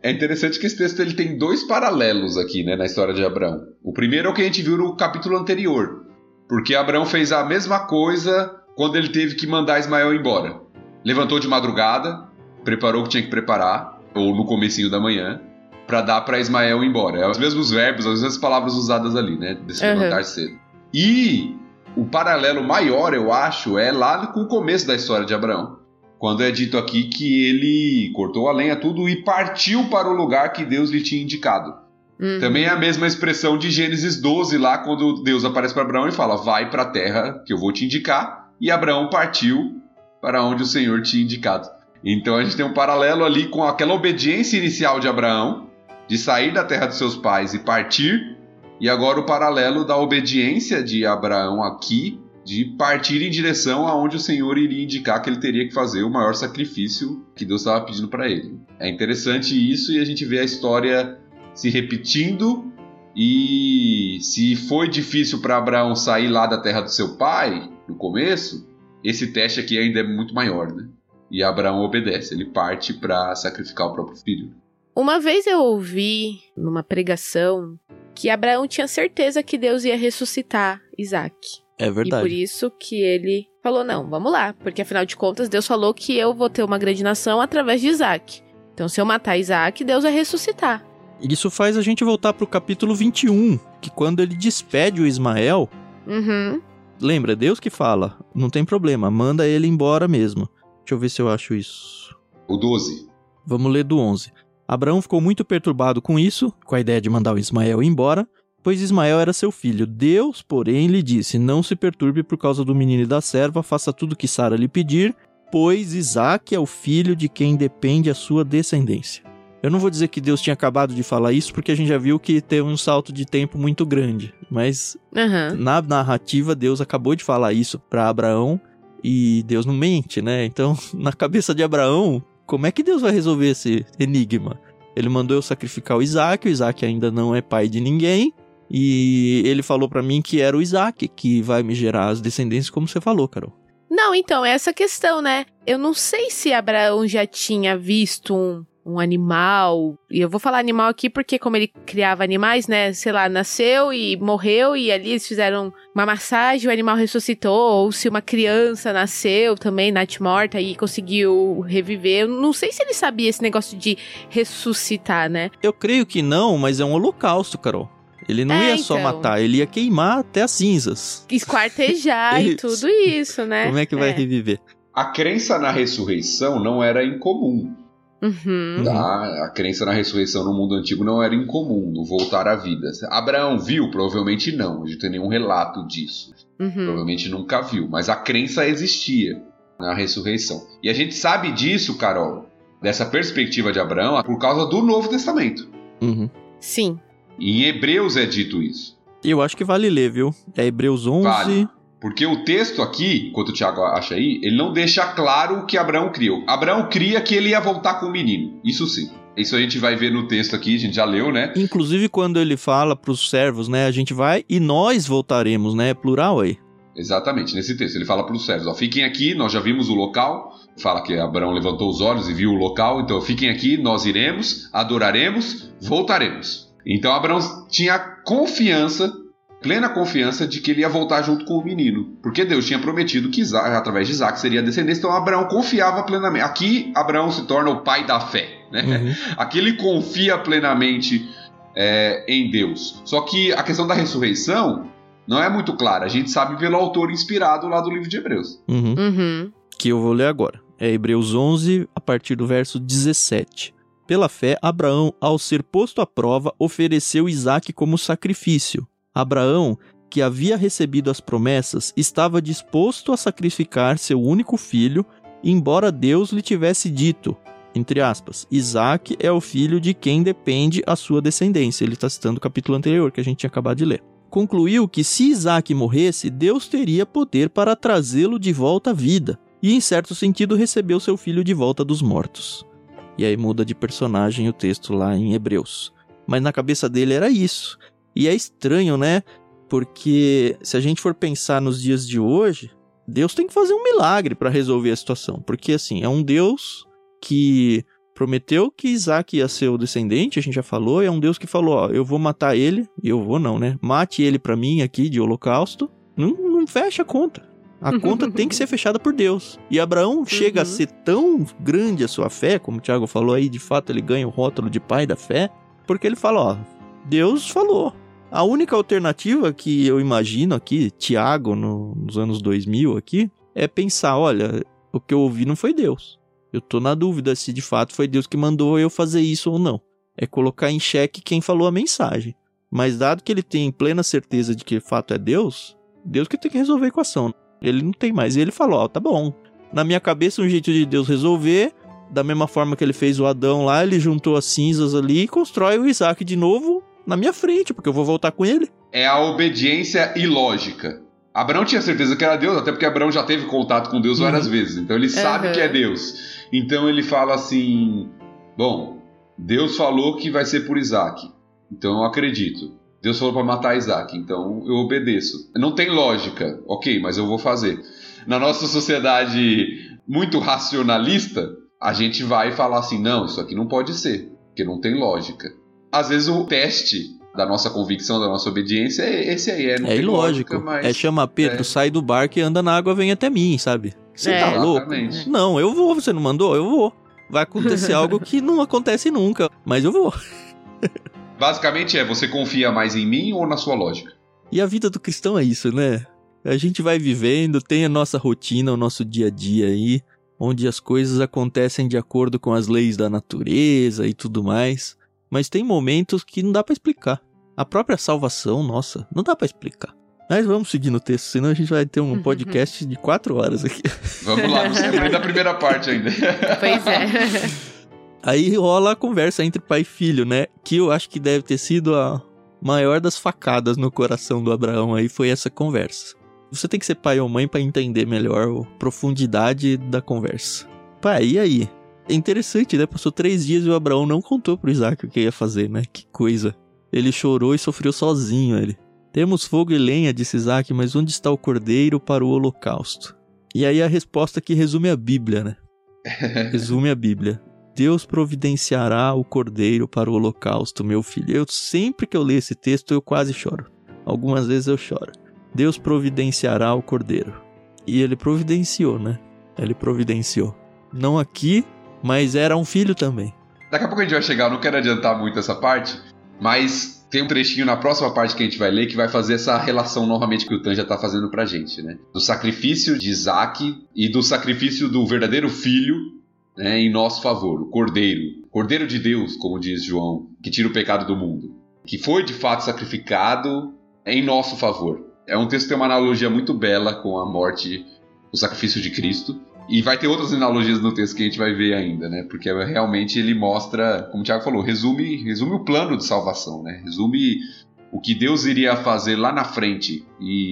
É interessante que esse texto ele tem dois paralelos aqui, né, na história de Abraão. O primeiro é o que a gente viu no capítulo anterior, porque Abraão fez a mesma coisa quando ele teve que mandar Ismael embora. Levantou de madrugada, preparou o que tinha que preparar, ou no comecinho da manhã, para dar para Ismael ir embora. É os mesmos verbos, as mesmas palavras usadas ali, né, de se levantar uhum. cedo. E o paralelo maior, eu acho, é lá com o começo da história de Abraão, quando é dito aqui que ele cortou a lenha, tudo, e partiu para o lugar que Deus lhe tinha indicado. Uhum. Também é a mesma expressão de Gênesis doze, lá quando Deus aparece para Abraão e fala, vai para a terra que eu vou te indicar, e Abraão partiu para onde o Senhor tinha indicado. Então a gente tem um paralelo ali com aquela obediência inicial de Abraão, de sair da terra dos seus pais e partir, e agora o paralelo da obediência de Abraão aqui, de partir em direção aonde o Senhor iria indicar que ele teria que fazer o maior sacrifício que Deus estava pedindo para ele. É interessante isso, e a gente vê a história se repetindo, e se foi difícil para Abraão sair lá da terra do seu pai, no começo, esse teste aqui ainda é muito maior, né? E Abraão obedece, ele parte para sacrificar o próprio filho. Uma vez eu ouvi, numa pregação, que Abraão tinha certeza que Deus ia ressuscitar Isaac. É verdade. E por isso que ele falou, não, vamos lá. Porque afinal de contas, Deus falou que eu vou ter uma grande nação através de Isaac. Então se eu matar Isaac, Deus vai ressuscitar. Isso faz a gente voltar pro capítulo vinte e um, que quando ele despede o Ismael... Uhum. Lembra, Deus que fala, não tem problema, manda ele embora mesmo. Deixa eu ver se eu acho isso. O doze. Vamos ler do onze. Abraão ficou muito perturbado com isso, com a ideia de mandar o Ismael embora, pois Ismael era seu filho. Deus, porém, lhe disse, não se perturbe por causa do menino e da serva, faça tudo o que Sara lhe pedir, pois Isaque é o filho de quem depende a sua descendência. Eu não vou dizer que Deus tinha acabado de falar isso, porque a gente já viu que teve um salto de tempo muito grande, mas uhum. na narrativa Deus acabou de falar isso para Abraão, e Deus não mente, né? Então, na cabeça de Abraão, como é que Deus vai resolver esse enigma? Ele mandou eu sacrificar o Isaac, o Isaac ainda não é pai de ninguém, e ele falou pra mim que era o Isaac que vai me gerar as descendências, como você falou, Carol. Não, então, é essa questão, né? Eu não sei se Abraão já tinha visto um, um animal, e eu vou falar animal aqui porque como ele criava animais, né, sei lá, nasceu e morreu e ali eles fizeram uma massagem, o animal ressuscitou, ou se uma criança nasceu também, nat-morta, e conseguiu reviver. Eu não sei se ele sabia esse negócio de ressuscitar, né? Eu creio que não, mas é um holocausto, Carol. Ele não é, ia então. só matar, ele ia queimar até as cinzas. Esquartejar e tudo isso, né? Como é que vai é. reviver? A crença na ressurreição não era incomum. Uhum. Tá? A crença na ressurreição no mundo antigo não era incomum, no voltar à vida. Abraão viu? Provavelmente não. A gente não tem nenhum relato disso. Uhum. Provavelmente nunca viu. Mas a crença existia na ressurreição. E a gente sabe disso, Carol, dessa perspectiva de Abraão, por causa do Novo Testamento. Uhum. Sim. Em Hebreus é dito isso. Eu acho que vale ler, viu? É Hebreus onze... Vale. Porque o texto aqui, enquanto o Tiago acha aí, ele não deixa claro o que Abraão criou. Abraão cria que ele ia voltar com o menino. Isso sim. Isso a gente vai ver no texto aqui, a gente já leu, né? Inclusive quando ele fala para os servos, né? A gente vai e nós voltaremos, né? É plural aí. Exatamente, nesse texto. Ele fala para os servos, ó, fiquem aqui, nós já vimos o local. Fala que Abraão levantou os olhos e viu o local. Então fiquem aqui, nós iremos, adoraremos, voltaremos. Então Abraão tinha confiança, plena confiança de que ele ia voltar junto com o menino, porque Deus tinha prometido que Isaac, através de Isaac seria descendente. Então Abraão confiava plenamente. Aqui Abraão se torna o pai da fé, né? Uhum. Aqui ele confia plenamente é, em Deus. Só que a questão da ressurreição não é muito clara. A gente sabe pelo autor inspirado lá do livro de Hebreus. Uhum. Uhum. Que eu vou ler agora. É Hebreus onze, a partir do verso dezessete. Pela fé, Abraão, ao ser posto à prova, ofereceu Isaque como sacrifício. Abraão, que havia recebido as promessas, estava disposto a sacrificar seu único filho, embora Deus lhe tivesse dito, entre aspas, Isaque é o filho de quem depende a sua descendência. Ele está citando o capítulo anterior que a gente tinha acabado de ler. Concluiu que se Isaque morresse, Deus teria poder para trazê-lo de volta à vida, e em certo sentido recebeu seu filho de volta dos mortos. E aí muda de personagem o texto lá em Hebreus. Mas na cabeça dele era isso. E é estranho, né? Porque se a gente for pensar nos dias de hoje, Deus tem que fazer um milagre para resolver a situação. Porque assim, é um Deus que prometeu que Isaac ia ser o descendente, a gente já falou, e é um Deus que falou, ó, eu vou matar ele, e eu vou não, né? Mate ele pra mim aqui de holocausto. Não, não fecha a conta. A conta tem que ser fechada por Deus. E Abraão chega uhum. a ser tão grande a sua fé, como o Thiago falou aí, de fato ele ganha o rótulo de pai da fé, porque ele fala, ó, Deus falou. A única alternativa que eu imagino aqui, Thiago, no, nos anos dois mil aqui, é pensar, olha, o que eu ouvi não foi Deus. Eu tô na dúvida se de fato foi Deus que mandou eu fazer isso ou não. É colocar em xeque quem falou a mensagem. Mas dado que ele tem plena certeza de que de fato é Deus, Deus que tem que resolver a equação. Ele não tem mais. E ele falou, ó, tá bom. Na minha cabeça um jeito de Deus resolver, da mesma forma que ele fez o Adão lá, ele juntou as cinzas ali e constrói o Isaac de novo na minha frente, porque eu vou voltar com ele. É a obediência ilógica. Abraão tinha certeza que era Deus, até porque Abraão já teve contato com Deus várias uhum. vezes. Então ele sabe uhum. que é Deus. Então ele fala assim, bom, Deus falou que vai ser por Isaac, então eu acredito. Deus falou para matar Isaac, então eu obedeço. Não tem lógica, ok, mas eu vou fazer. Na nossa sociedade muito racionalista, a gente vai falar assim, não, isso aqui não pode ser, porque não tem lógica. Às vezes o teste da nossa convicção, da nossa obediência, é esse aí. É, não é tem ilógico, lógica, mas... é chamar Pedro, é. sai do barco e anda na água, vem até mim, sabe? Você é. tá louco? Exatamente. Não, eu vou, você não mandou? Eu vou. Vai acontecer algo que não acontece nunca, mas eu vou. Basicamente é, você confia mais em mim ou na sua lógica? E a vida do cristão é isso, né? A gente vai vivendo, tem a nossa rotina, o nosso dia a dia aí, onde as coisas acontecem de acordo com as leis da natureza e tudo mais. Mas tem momentos que não dá pra explicar. A própria salvação, nossa, não dá pra explicar. Mas vamos seguir no texto, senão a gente vai ter um podcast de quatro horas aqui. Vamos lá, não sei da primeira parte ainda. Pois é. Aí rola a conversa entre pai e filho, né? Que eu acho que deve ter sido a maior das facadas no coração do Abraão aí, foi essa conversa. Você tem que ser pai ou mãe pra entender melhor a profundidade da conversa. Pai, e aí? É interessante, né? Passou três dias e o Abraão não contou pro Isaac o que ia fazer, né? Que coisa. Ele chorou e sofreu sozinho, ele. Temos fogo e lenha, disse Isaac, mas onde está o cordeiro para o holocausto? E aí a resposta que resume a Bíblia, né? Resume a Bíblia. Deus providenciará o cordeiro para o holocausto, meu filho. Eu sempre que eu leio esse texto, eu quase choro. Algumas vezes eu choro. Deus providenciará o cordeiro. E ele providenciou, né? Ele providenciou. Não aqui, mas era um filho também. Daqui a pouco a gente vai chegar, eu não quero adiantar muito essa parte, mas tem um trechinho na próxima parte que a gente vai ler que vai fazer essa relação novamente que o Tan já está fazendo pra gente, né? Do sacrifício de Isaac e do sacrifício do verdadeiro filho, né, em nosso favor, o Cordeiro. Cordeiro de Deus, como diz João, que tira o pecado do mundo. Que foi de fato sacrificado em nosso favor. É um texto que tem uma analogia muito bela com a morte, o sacrifício de Cristo. E vai ter outras analogias no texto que a gente vai ver ainda, né? Porque realmente ele mostra, como o Thiago falou, resume, resume o plano de salvação, né? Resume o que Deus iria fazer lá na frente.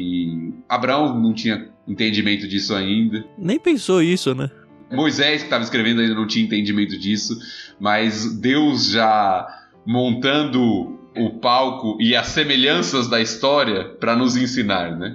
E Abraão não tinha entendimento disso ainda. Nem pensou isso, né? Moisés, que estava escrevendo, ainda não tinha entendimento disso. Mas Deus já montando o palco e as semelhanças da história para nos ensinar, né?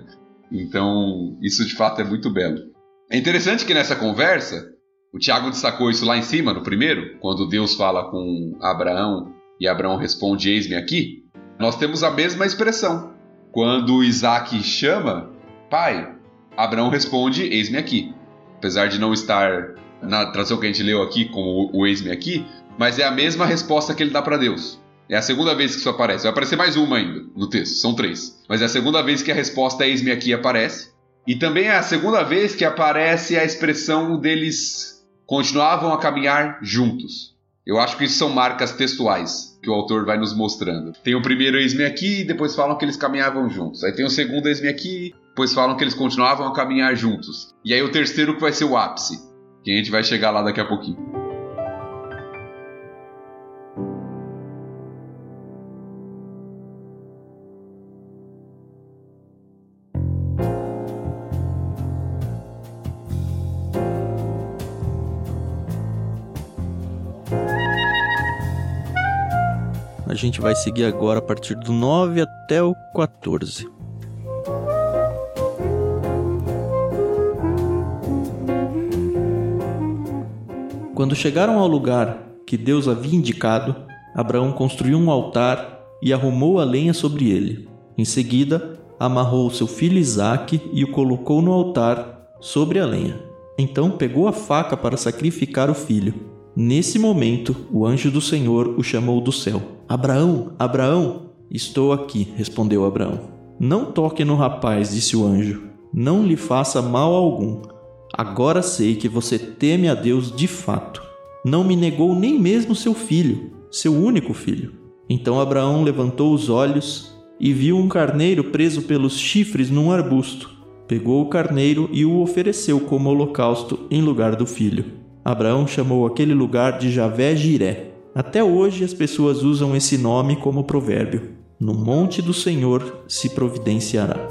Então, isso de fato é muito belo. É interessante que nessa conversa, o Tiago destacou isso lá em cima, no primeiro, quando Deus fala com Abraão e Abraão responde, eis-me aqui. Nós temos a mesma expressão. Quando Isaac chama, pai, Abraão responde, eis-me aqui. Apesar de não estar na tradução que a gente leu aqui como o eis-me aqui, mas é a mesma resposta que ele dá para Deus. É a segunda vez que isso aparece. Vai aparecer mais uma ainda no texto, são três. Mas é a segunda vez que a resposta eis-me aqui aparece. E também é a segunda vez que aparece a expressão deles continuavam a caminhar juntos. Eu acho que isso são marcas textuais que o autor vai nos mostrando. Tem o primeiro eis-me aqui, depois falam que eles caminhavam juntos. Aí tem o segundo eis-me aqui, depois falam que eles continuavam a caminhar juntos. E aí o terceiro que vai ser o ápice, que a gente vai chegar lá daqui a pouquinho. A gente vai seguir agora a partir do nove até o quatorze. Quando chegaram ao lugar que Deus havia indicado, Abraão construiu um altar e arrumou a lenha sobre ele. Em seguida, amarrou seu filho Isaque e o colocou no altar sobre a lenha. Então pegou a faca para sacrificar o filho. Nesse momento, o anjo do Senhor o chamou do céu. Abraão, Abraão! Estou aqui, respondeu Abraão. Não toque no rapaz, disse o anjo. Não lhe faça mal algum. Agora sei que você teme a Deus de fato. Não me negou nem mesmo seu filho, seu único filho. Então Abraão levantou os olhos e viu um carneiro preso pelos chifres num arbusto. Pegou o carneiro e o ofereceu como holocausto em lugar do filho. Abraão chamou aquele lugar de Javé-Jiré. Até hoje as pessoas usam esse nome como provérbio. No monte do Senhor se providenciará.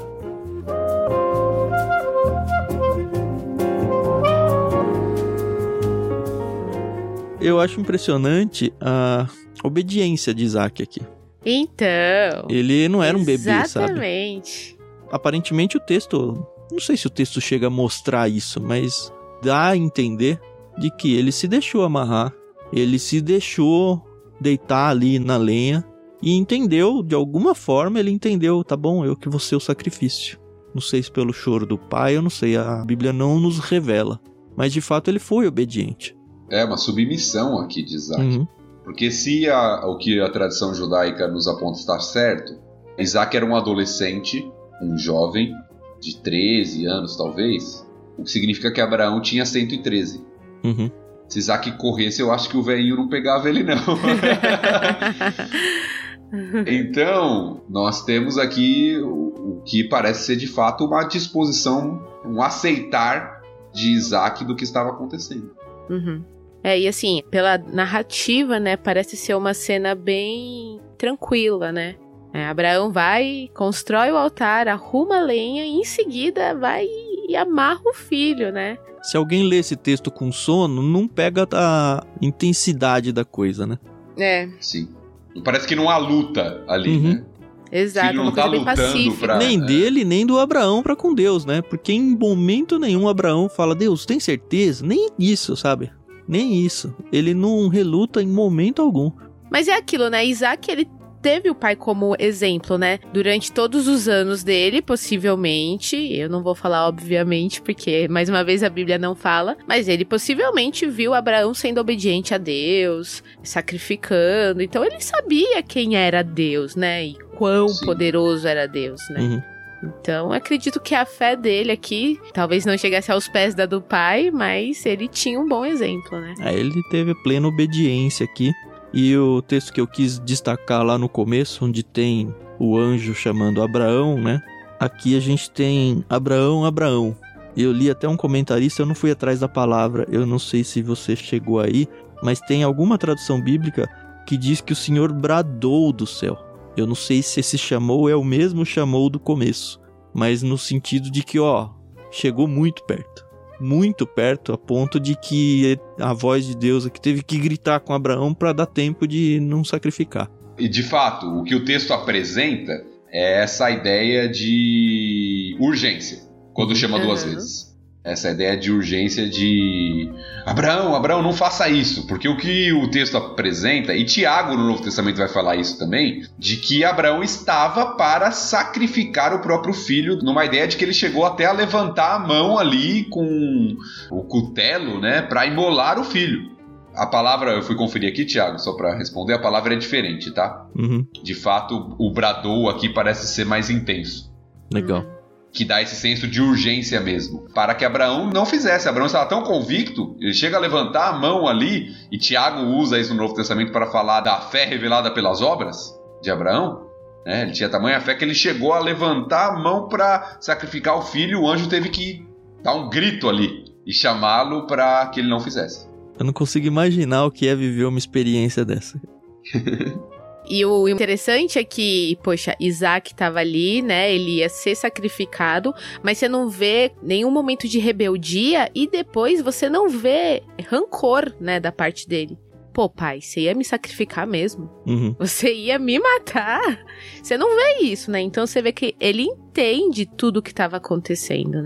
Eu acho impressionante a obediência de Isaque aqui. Então... Ele não era um bebê, sabe? Exatamente. Aparentemente o texto... Não sei se o texto chega a mostrar isso, mas dá a entender de que ele se deixou amarrar. Ele se deixou deitar ali na lenha e entendeu, de alguma forma, ele entendeu, tá bom, eu que vou ser o sacrifício. Não sei se pelo choro do pai, eu não sei, a Bíblia não nos revela. Mas de fato ele foi obediente. É uma submissão aqui de Isaque. Uhum. Porque se a, o que a tradição judaica nos aponta está certo, Isaque era um adolescente, um jovem, de treze anos talvez, o que significa que Abraão tinha cento e treze. Uhum. Se Isaque corresse, eu acho que o velhinho não pegava ele não. Então, nós temos aqui o, o que parece ser de fato uma disposição, um aceitar de Isaque do que estava acontecendo. Uhum. É, e assim, pela narrativa, né, parece ser uma cena bem tranquila, né? É, Abraão vai, constrói o altar, arruma a lenha e em seguida vai e amarra o filho, né? Se alguém lê esse texto com sono, não pega a intensidade da coisa, né? É. Sim. Parece que não há luta ali, uhum. né? Exato, filho não uma coisa tá bem lutando pacífica. pra... Nem é. dele, nem do Abraão para com Deus, né? Porque em momento nenhum Abraão fala, Deus, tem certeza? Nem isso, sabe? Nem isso. Ele não reluta em momento algum. Mas é aquilo, né? Isaque, ele teve o pai como exemplo, né? Durante todos os anos dele, possivelmente. Eu não vou falar, obviamente, porque, mais uma vez, a Bíblia não fala. Mas ele possivelmente viu Abraão sendo obediente a Deus, sacrificando. Então, ele sabia quem era Deus, né? E quão Sim. poderoso era Deus, né? Uhum. Então, acredito que a fé dele aqui, talvez não chegasse aos pés da do pai, mas ele tinha um bom exemplo, né? Aí ele teve plena obediência aqui. E o texto que eu quis destacar lá no começo, onde tem o anjo chamando Abraão, né? Aqui a gente tem Abraão, Abraão. Eu li até um comentarista, eu não fui atrás da palavra, eu não sei se você chegou aí, mas tem alguma tradução bíblica que diz que o Senhor bradou do céu. Eu não sei se esse chamou é o mesmo chamou do começo, mas no sentido de que, ó, chegou muito perto. Muito perto, a ponto de que a voz de Deus aqui teve que gritar com Abraão para dar tempo de não sacrificar. E de fato, o que o texto apresenta é essa ideia de urgência, quando chama duas Uhum. vezes. Essa ideia de urgência de... Abraão, Abraão, não faça isso. Porque o que o texto apresenta, e Tiago no Novo Testamento vai falar isso também, de que Abraão estava para sacrificar o próprio filho, numa ideia de que ele chegou até a levantar a mão ali com o cutelo, né, para imolar o filho. A palavra, eu fui conferir aqui, Tiago, só para responder, a palavra é diferente, tá? Uhum. De fato, o bradou aqui parece ser mais intenso. Legal. Uhum. Que dá esse senso de urgência mesmo, para que Abraão não fizesse. Abraão estava tão convicto, ele chega a levantar a mão ali, e Tiago usa isso no Novo Testamento para falar da fé revelada pelas obras de Abraão, né? Ele tinha tamanha fé que ele chegou a levantar a mão para sacrificar o filho, o anjo teve que dar um grito ali e chamá-lo para que ele não fizesse. Eu não consigo imaginar o que é viver uma experiência dessa. E o interessante é que, poxa, Isaque tava ali, né, ele ia ser sacrificado, mas você não vê nenhum momento de rebeldia e depois você não vê rancor, né, da parte dele. Pô, pai, você ia me sacrificar mesmo? Uhum. Você ia me matar? Você não vê isso, né? Então você vê que ele entende tudo o que tava acontecendo, né?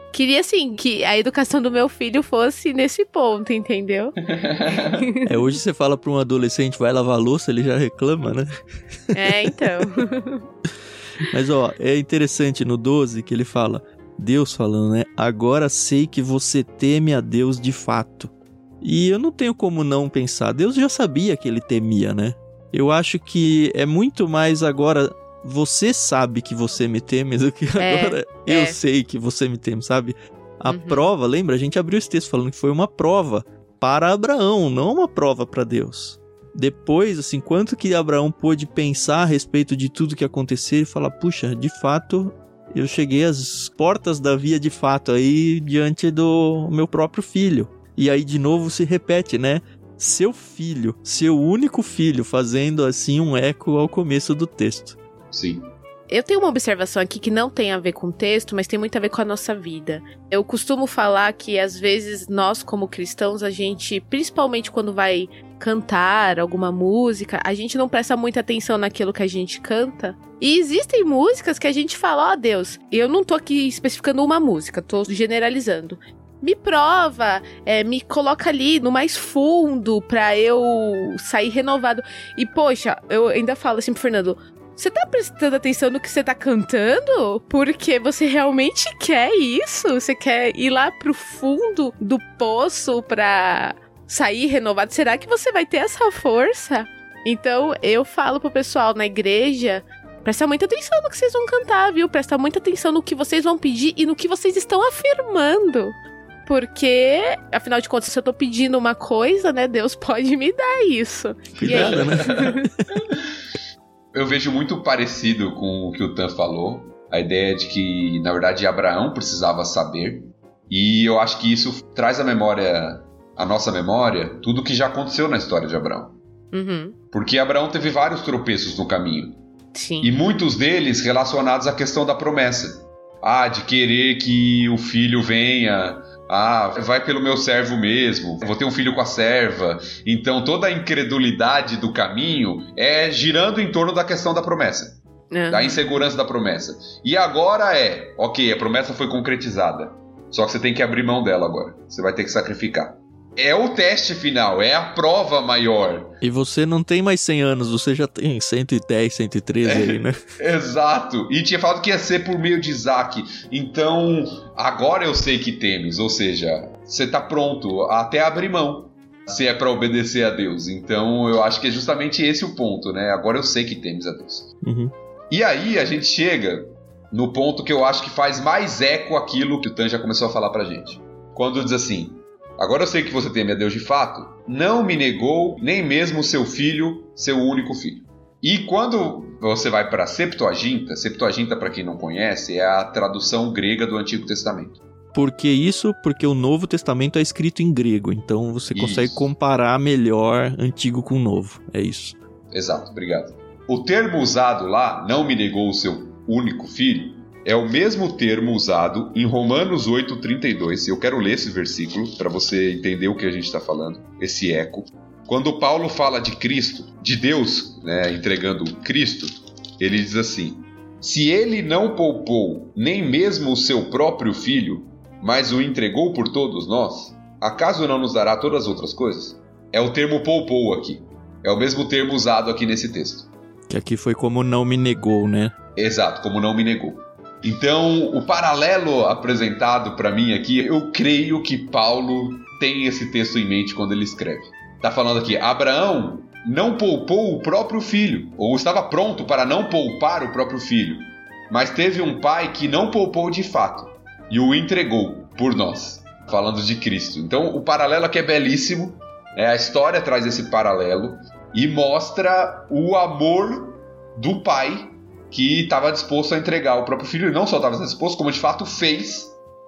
Queria, assim, que a educação do meu filho fosse nesse ponto, entendeu? É, hoje você fala pra um adolescente, vai lavar a louça, ele já reclama, né? É, então. Mas, ó, é interessante no doze que ele fala, Deus falando, né? Agora sei que você teme a Deus de fato. E eu não tenho como não pensar, Deus já sabia que ele temia, né? Eu acho que é muito mais agora... Você sabe que você me teme do que É, agora eu é. sei que você me teme, sabe? A Uhum. prova, lembra? A gente abriu esse texto falando que foi uma prova para Abraão, não uma prova para Deus. Depois, assim, quanto que Abraão pôde pensar a respeito de tudo que aconteceu e falar, puxa, de fato, eu cheguei às portas da via de fato aí diante do meu próprio filho. E aí de novo se repete, né? Seu filho, seu único filho, fazendo assim um eco ao começo do texto. Sim. Eu tenho uma observação aqui que não tem a ver com o texto, mas tem muito a ver com a nossa vida. Eu costumo falar que, às vezes, nós, como cristãos, a gente, principalmente quando vai cantar alguma música, a gente não presta muita atenção naquilo que a gente canta. E existem músicas que a gente fala, ó, Deus, eu não tô aqui especificando uma música, tô generalizando. Me prova, é, me coloca ali no mais fundo pra eu sair renovado. E, poxa, eu ainda falo assim pro Fernando... Você tá prestando atenção no que você tá cantando? Porque você realmente quer isso? Você quer ir lá pro fundo do poço pra sair renovado? Será que você vai ter essa força? Então, eu falo pro pessoal na igreja, presta muita atenção no que vocês vão cantar, viu? Presta muita atenção no que vocês vão pedir e no que vocês estão afirmando. Porque, afinal de contas, se eu tô pedindo uma coisa, né, Deus pode me dar isso. Cuidado, e aí... né? Eu vejo muito parecido com o que o Tan falou, a ideia de que, na verdade, Abraão precisava saber, e eu acho que isso traz à memória, à nossa memória, tudo que já aconteceu na história de Abraão. Uhum. Porque Abraão teve vários tropeços no caminho, Sim. e muitos deles relacionados à questão da promessa. Ah, de querer que o filho venha... Ah, vai pelo meu servo mesmo, vou ter um filho com a serva. Então toda a incredulidade do caminho é girando em torno da questão da promessa, Uhum. da insegurança da promessa. E agora é, ok, a promessa foi concretizada, só que você tem que abrir mão dela agora, você vai ter que sacrificar. É o teste final, é a prova maior. E você não tem mais cem anos, você já tem cento e dez, cento e treze É, aí, né? Exato. E tinha falado que ia ser por meio de Isaac. Então, agora eu sei que temes. Ou seja, você tá pronto até abrir mão, se é para obedecer a Deus. Então, eu acho que é justamente esse o ponto, né? Agora eu sei que temes a Deus. Uhum. E aí, a gente chega no ponto que eu acho que faz mais eco aquilo que o Tan já começou a falar pra gente. Quando diz assim... Agora eu sei que você teme a Deus de fato, não me negou nem mesmo seu filho, seu único filho. E quando você vai para a Septuaginta, Septuaginta, para quem não conhece, é a tradução grega do Antigo Testamento. Por que isso? Porque o Novo Testamento é escrito em grego, então você consegue Isso. comparar melhor Antigo com Novo, é isso. Exato, obrigado. O termo usado lá, não me negou o seu único filho, é o mesmo termo usado em Romanos oito, trinta e dois. Eu quero ler esse versículo para você entender o que a gente está falando, esse eco. Quando Paulo fala de Cristo, de Deus, né, entregando Cristo, ele diz assim: se ele não poupou nem mesmo o seu próprio filho, mas o entregou por todos nós, acaso não nos dará todas as outras coisas? É o termo poupou aqui. É o mesmo termo usado aqui nesse texto. Que aqui foi como não me negou, né? Exato, como não me negou. Então, o paralelo apresentado para mim aqui, eu creio que Paulo tem esse texto em mente quando ele escreve. Está falando aqui, Abraão não poupou o próprio filho, ou estava pronto para não poupar o próprio filho, mas teve um pai que não poupou de fato e o entregou por nós, falando de Cristo. Então, o paralelo aqui é belíssimo, né? A história traz esse paralelo e mostra o amor do pai que estava disposto a entregar o próprio filho, e não só estava disposto, como de fato fez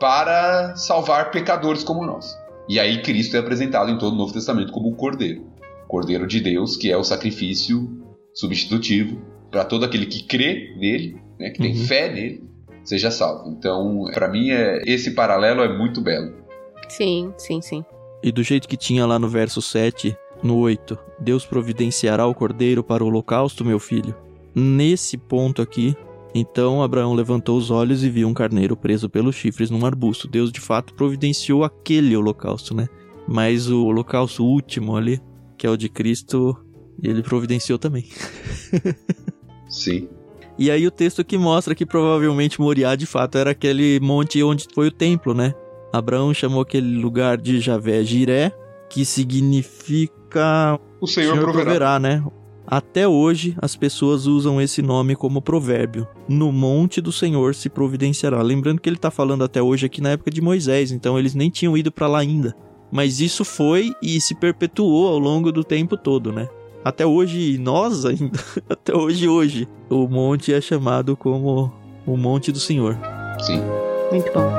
para salvar pecadores como nós. E aí Cristo é apresentado em todo o Novo Testamento como o Cordeiro. Cordeiro de Deus, que é o sacrifício substitutivo para todo aquele que crê nele, né, que tem Uhum. fé nele, seja salvo. Então, para mim, é, esse paralelo é muito belo. Sim, sim, sim. E do jeito que tinha lá no verso sete, no oito, Deus providenciará o cordeiro para o holocausto, meu filho. Nesse ponto aqui, Então Abraão levantou os olhos e viu um carneiro preso pelos chifres num arbusto. Deus de fato providenciou aquele holocausto, né? Mas o holocausto último ali, que é o de Cristo, ele providenciou também. Sim. E aí o texto que mostra que provavelmente Moriá de fato era aquele monte onde foi o templo, né? Abraão chamou aquele lugar de Javé Jiré, que significa... O Senhor, Senhor proverá. proverá, né? Até hoje as pessoas usam esse nome como provérbio. No monte do Senhor se providenciará. Lembrando que ele está falando até hoje aqui na época de Moisés, então eles nem tinham ido para lá ainda. Mas isso foi e se perpetuou ao longo do tempo todo, né? Até hoje, nós ainda, até hoje, hoje, o monte é chamado como o Monte do Senhor. Sim. Muito bom.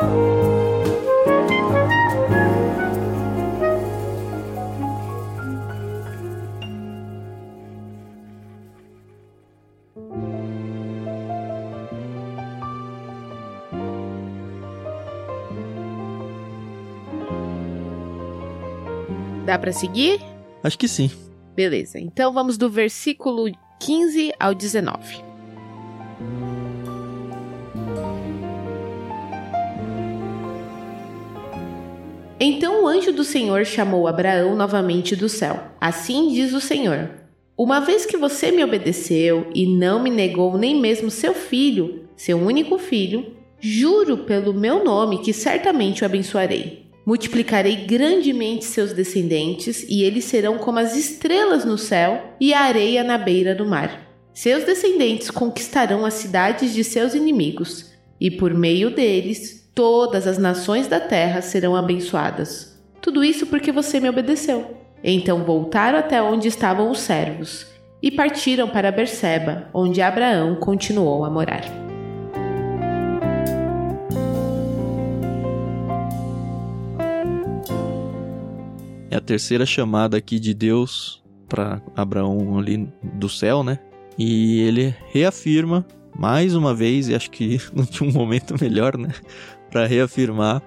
Dá pra seguir? Acho que sim. Beleza, então vamos do versículo quinze ao dezenove. Então o anjo do Senhor chamou Abraão novamente do céu. Assim diz o Senhor: uma vez que você me obedeceu e não me negou nem mesmo seu filho, seu único filho, juro pelo meu nome que certamente o abençoarei. Multiplicarei grandemente seus descendentes, e eles serão como as estrelas no céu e a areia na beira do mar. Seus descendentes conquistarão as cidades de seus inimigos, e por meio deles, todas as nações da terra serão abençoadas. Tudo isso porque você me obedeceu. Então voltaram até onde estavam os servos, e partiram para Berseba, onde Abraão continuou a morar. É a terceira chamada aqui de Deus para Abraão ali do céu, né? E ele reafirma mais uma vez, e acho que não tinha um momento melhor, né? Para reafirmar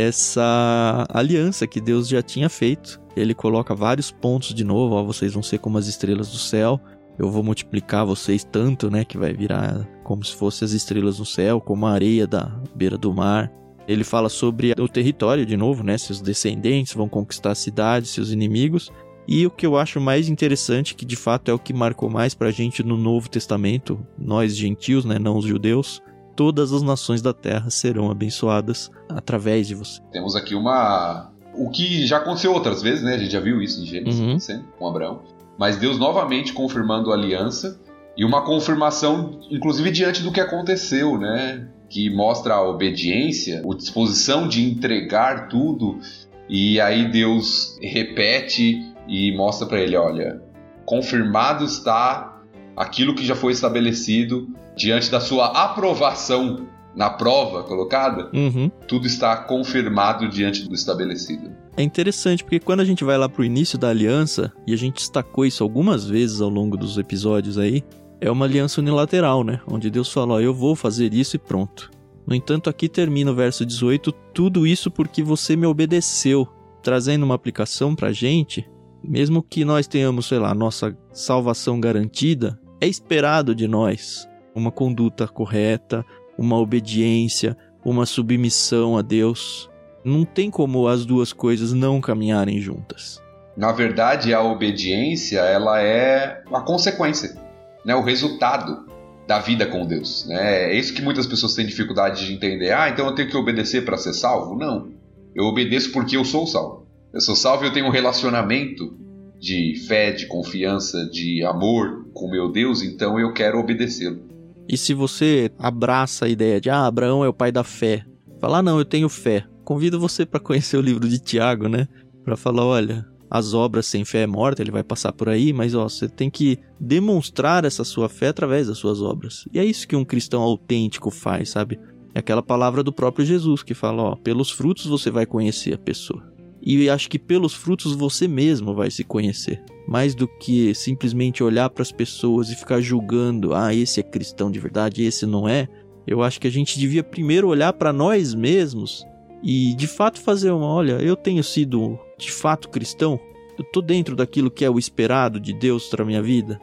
essa aliança que Deus já tinha feito. Ele coloca vários pontos de novo, ó, vocês vão ser como as estrelas do céu. Eu vou multiplicar vocês tanto, né? Que vai virar como se fossem as estrelas no céu, como a areia da beira do mar. Ele fala sobre o território de novo, né? Seus descendentes vão conquistar a cidade, seus inimigos. E o que eu acho mais interessante, que de fato é o que marcou mais pra gente no Novo Testamento, nós gentios, né? Não os judeus, todas as nações da terra serão abençoadas através de você. Temos aqui uma... O que já aconteceu outras vezes, né? A gente já viu isso em Gênesis, uhum. acontecendo com Abraão. Mas Deus novamente confirmando a aliança e uma confirmação, inclusive, diante do que aconteceu, né? Que mostra a obediência, a disposição de entregar tudo, e aí Deus repete e mostra para ele, olha, confirmado está aquilo que já foi estabelecido diante da sua aprovação na prova colocada, uhum. tudo está confirmado diante do estabelecido. É interessante porque quando a gente vai lá pro início da aliança, e a gente destacou isso algumas vezes ao longo dos episódios aí, é uma aliança unilateral, né? Onde Deus fala, ó, eu vou fazer isso e pronto. No entanto, aqui termina o verso dezoito, tudo isso porque você me obedeceu, trazendo uma aplicação pra gente, mesmo que nós tenhamos, sei lá, nossa salvação garantida, é esperado de nós uma conduta correta, uma obediência, uma submissão a Deus. Não tem como as duas coisas não caminharem juntas. Na verdade, a obediência, ela é a consequência. Né, o resultado da vida com Deus. Né? É isso que muitas pessoas têm dificuldade de entender. Ah, então eu tenho que obedecer para ser salvo? Não. Eu obedeço porque eu sou salvo. Eu sou salvo e eu tenho um relacionamento de fé, de confiança, de amor com meu Deus, então eu quero obedecê-lo. E se você abraça a ideia de, ah, Abraão é o pai da fé, fala, ah, não, eu tenho fé. Convido você para conhecer o livro de Tiago, né? Para falar, olha... As obras sem fé é morta, ele vai passar por aí, mas ó, você tem que demonstrar essa sua fé através das suas obras. E é isso que um cristão autêntico faz, sabe? É aquela palavra do próprio Jesus que fala, ó, pelos frutos você vai conhecer a pessoa. E acho que pelos frutos você mesmo vai se conhecer. Mais do que simplesmente olhar para as pessoas e ficar julgando, ah, esse é cristão de verdade, esse não é. Eu acho que a gente devia primeiro olhar para nós mesmos e de fato fazer uma, olha, eu tenho sido de fato cristão? Eu tô dentro daquilo que é o esperado de Deus para minha vida?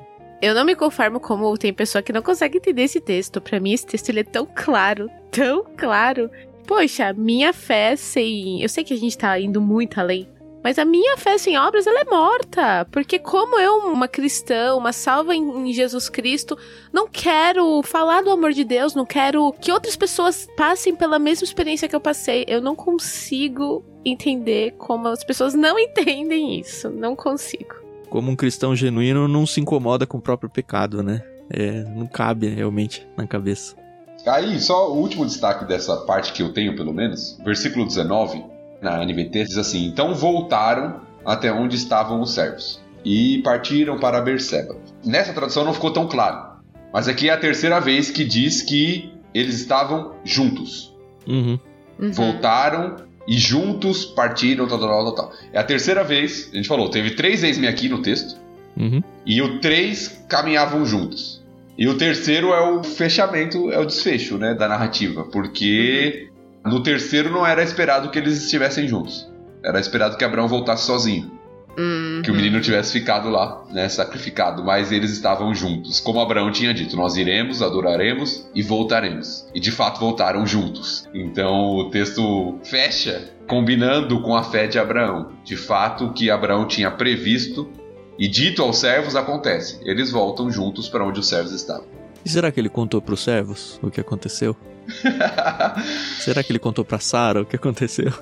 Eu não me conformo como tem pessoa que não consegue entender esse texto. Pra mim, esse texto ele é tão claro, tão claro. Poxa, minha fé sem... Eu sei que a gente tá indo muito além, mas a minha fé sem obras, ela é morta. Porque como eu, uma cristã, uma salva em Jesus Cristo, não quero falar do amor de Deus, não quero que outras pessoas passem pela mesma experiência que eu passei. Eu não consigo entender como as pessoas não entendem isso. Não consigo. Como um cristão genuíno não se incomoda com o próprio pecado, né? É, não cabe realmente na cabeça. Aí, só o último destaque dessa parte que eu tenho, pelo menos, versículo dezenove, na N V T, diz assim: então voltaram até onde estavam os servos e partiram para Berseba. Nessa tradução não ficou tão claro, mas aqui é a terceira vez que diz que eles estavam juntos. Uhum. Uhum. Voltaram e juntos partiram, tal, tal, tal, tal. É a terceira vez, a gente falou, teve três ex-me aqui no texto, uhum. e o três caminhavam juntos. E o terceiro é o fechamento, é o desfecho, né, da narrativa, porque no terceiro não era esperado que eles estivessem juntos. Era esperado que Abraão voltasse sozinho. Uhum. Que o menino tivesse ficado lá, né, sacrificado, mas eles estavam juntos. Como Abraão tinha dito, nós iremos, adoraremos e voltaremos. E de fato voltaram juntos. Então o texto fecha combinando com a fé de Abraão. De fato, o que Abraão tinha previsto e dito aos servos acontece. Eles voltam juntos para onde os servos estavam. E será que ele contou para os servos o que aconteceu? Será que ele contou para Sara o que aconteceu?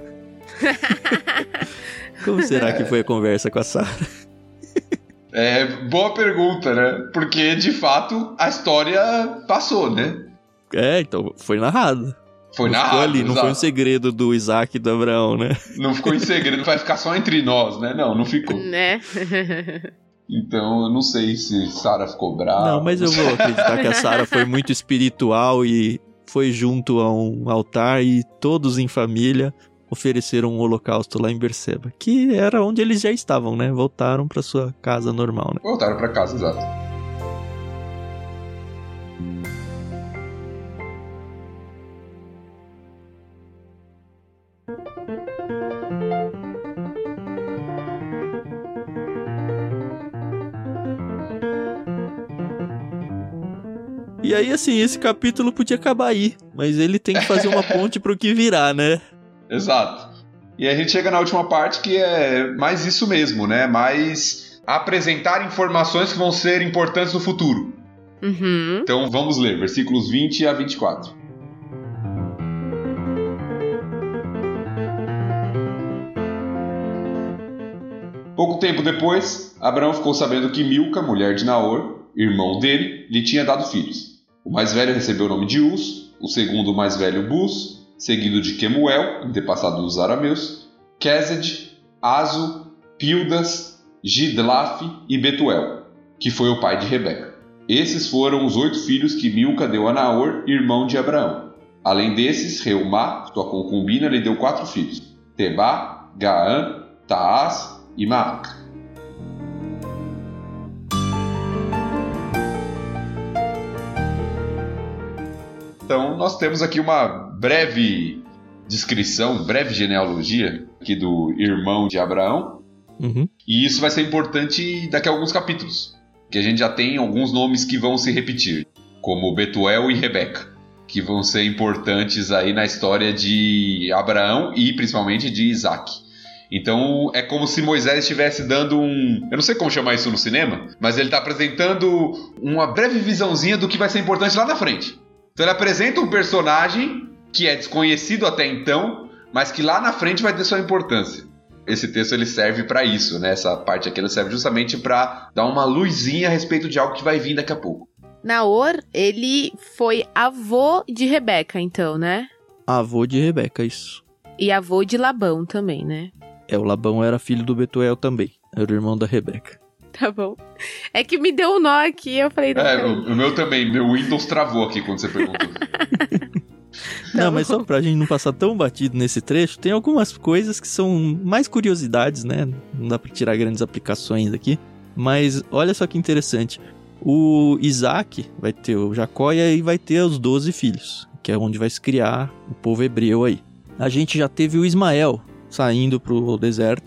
Como será que foi a conversa com a Sara? É, boa pergunta, né? Porque, de fato, a história passou, né? É, então, foi narrado. Foi não narrado, ficou ali, não exato. foi um segredo do Isaac e do Abraão, né? Não ficou em segredo, vai ficar só entre nós, né? Não, não ficou. Né? Então, eu não sei se Sara ficou brava. Não, mas eu vou acreditar que a Sara foi muito espiritual e foi junto a um altar e todos em família ofereceram um holocausto lá em Berseba, que era onde eles já estavam, né? Voltaram para sua casa normal, né? Voltaram para casa, exato. E aí, assim, esse capítulo podia acabar aí, mas ele tem que fazer uma ponte pro que virá, né? Exato. E a gente chega na última parte que é mais isso mesmo, né? Mais apresentar informações que vão ser importantes no futuro. Uhum. Então vamos ler, versículos vinte a vinte e quatro. Pouco tempo depois, Abraão ficou sabendo que Milca, mulher de Naor, irmão dele, lhe tinha dado filhos. O mais velho recebeu o nome de Uz, o segundo o mais velho Buz, seguido de Quemuel, antepassado dos arameus, Quesed, Azo, Pildas, Gidlaf e Betuel, que foi o pai de Rebeca. Esses foram os oito filhos que Milca deu a Naor, irmão de Abraão. Além desses, Reumá, sua concubina, lhe deu quatro filhos, Tebá, Gaã, Taás e Maaca. Então, nós temos aqui uma breve descrição, breve genealogia aqui do irmão de Abraão. Uhum. E isso vai ser importante daqui a alguns capítulos, que a gente já tem alguns nomes que vão se repetir, como Betuel e Rebeca, que vão ser importantes aí na história de Abraão e principalmente de Isaac. Então é como se Moisés estivesse dando um... Eu não sei como chamar isso no cinema, mas ele está apresentando uma breve visãozinha do que vai ser importante lá na frente. Então ele apresenta um personagem que é desconhecido até então, mas que lá na frente vai ter sua importância. Esse texto ele serve para isso, né? Essa parte aqui ele serve justamente para dar uma luzinha a respeito de algo que vai vir daqui a pouco. Naor, ele foi avô de Rebeca, então, né? Avô de Rebeca, isso. E avô de Labão também, né? É, o Labão era filho do Betuel também. Era o irmão da Rebeca. Tá bom. É que me deu um nó aqui, eu falei... Não, é, o, o meu também. Meu Windows travou aqui quando você perguntou. Não, mas só pra gente não passar tão batido nesse trecho, tem algumas coisas que são mais curiosidades, né? Não dá pra tirar grandes aplicações aqui. Mas olha só que interessante. O Isaac vai ter o Jacó e aí vai ter os doze filhos, que é onde vai se criar o povo hebreu aí. A gente já teve o Ismael saindo pro deserto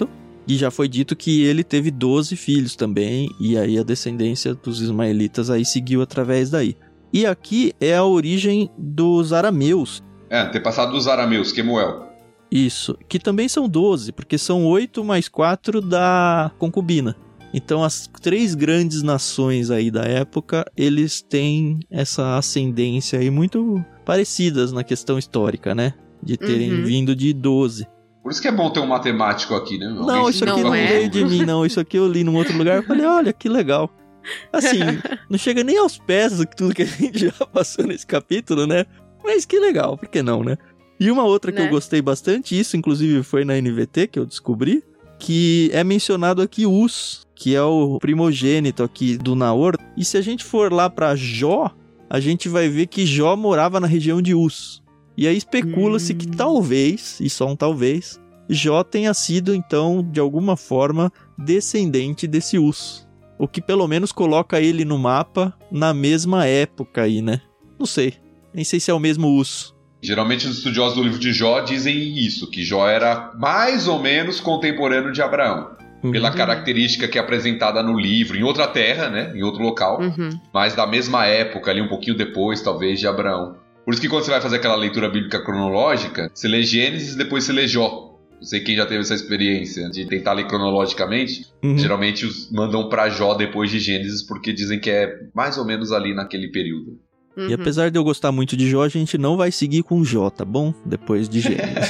E já foi dito que ele teve doze filhos também, e aí a descendência dos ismaelitas aí seguiu através daí. E aqui é a origem dos arameus. É, ter passado dos arameus, Quemuel. Isso, que também são doze, porque são oito mais quatro da concubina. Então as três grandes nações aí da época, eles têm essa ascendência aí muito parecidas na questão histórica, né? De terem uhum. vindo de doze. Por isso que é bom ter um matemático aqui, né? Alguém não, isso aqui não, não é. veio de mim, não. Isso aqui eu li num outro lugar e falei, olha, que legal. Assim, não chega nem aos pés de tudo que a gente já passou nesse capítulo, né? Mas que legal, por que não, né? E uma outra que né? eu gostei bastante, isso inclusive foi na N V T que eu descobri, que é mencionado aqui Uz, que é o primogênito aqui do Naor. E se a gente for lá pra Jó, a gente vai ver que Jó morava na região de Uz. E aí especula-se hum. que talvez, e só um talvez, Jó tenha sido, então, de alguma forma, descendente desse Uz. O que pelo menos coloca ele no mapa na mesma época aí, né? Não sei, nem sei se é o mesmo Uz. Geralmente os estudiosos do livro de Jó dizem isso, que Jó era mais ou menos contemporâneo de Abraão. Uhum. Pela característica que é apresentada no livro, em outra terra, né? Em outro local, uhum. mas da mesma época, ali um pouquinho depois, talvez, de Abraão. Por isso que quando você vai fazer aquela leitura bíblica cronológica, você lê Gênesis e depois você lê Jó. Não sei quem já teve essa experiência de tentar ler cronologicamente. Uhum. Geralmente os mandam pra Jó depois de Gênesis, porque dizem que é mais ou menos ali naquele período. Uhum. E apesar de eu gostar muito de Jó, a gente não vai seguir com Jó, tá bom? Depois de Gênesis.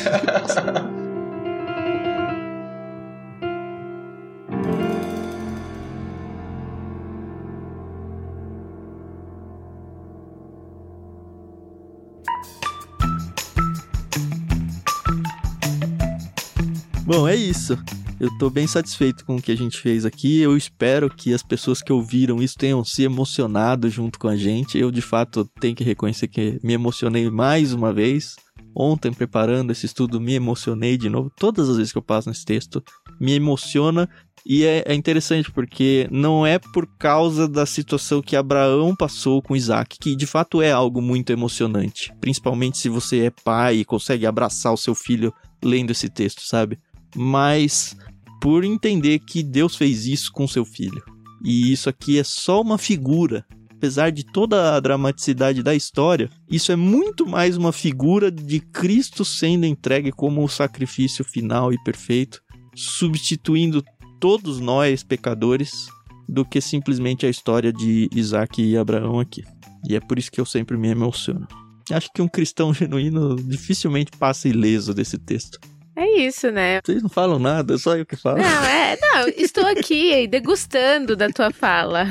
Bom, é isso. Eu tô bem satisfeito com o que a gente fez aqui. Eu espero que as pessoas que ouviram isso tenham se emocionado junto com a gente. Eu, de fato, tenho que reconhecer que me emocionei mais uma vez. Ontem, preparando esse estudo, me emocionei de novo. Todas as vezes que eu passo nesse texto, me emociona. E é, é interessante porque não é por causa da situação que Abraão passou com Isaac, que de fato é algo muito emocionante. Principalmente se você é pai e consegue abraçar o seu filho lendo esse texto, sabe? Mas por entender que Deus fez isso com seu filho. E isso aqui é só uma figura. Apesar de toda a dramaticidade da história, isso é muito mais uma figura de Cristo sendo entregue como o sacrifício final e perfeito, substituindo todos nós, pecadores, do que simplesmente a história de Isaac e Abraão aqui. E é por isso que eu sempre me emociono. Acho que um cristão genuíno dificilmente passa ileso desse texto. É isso, né? Vocês não falam nada, é só eu que falo. Não, é, não, estou aqui degustando da tua fala.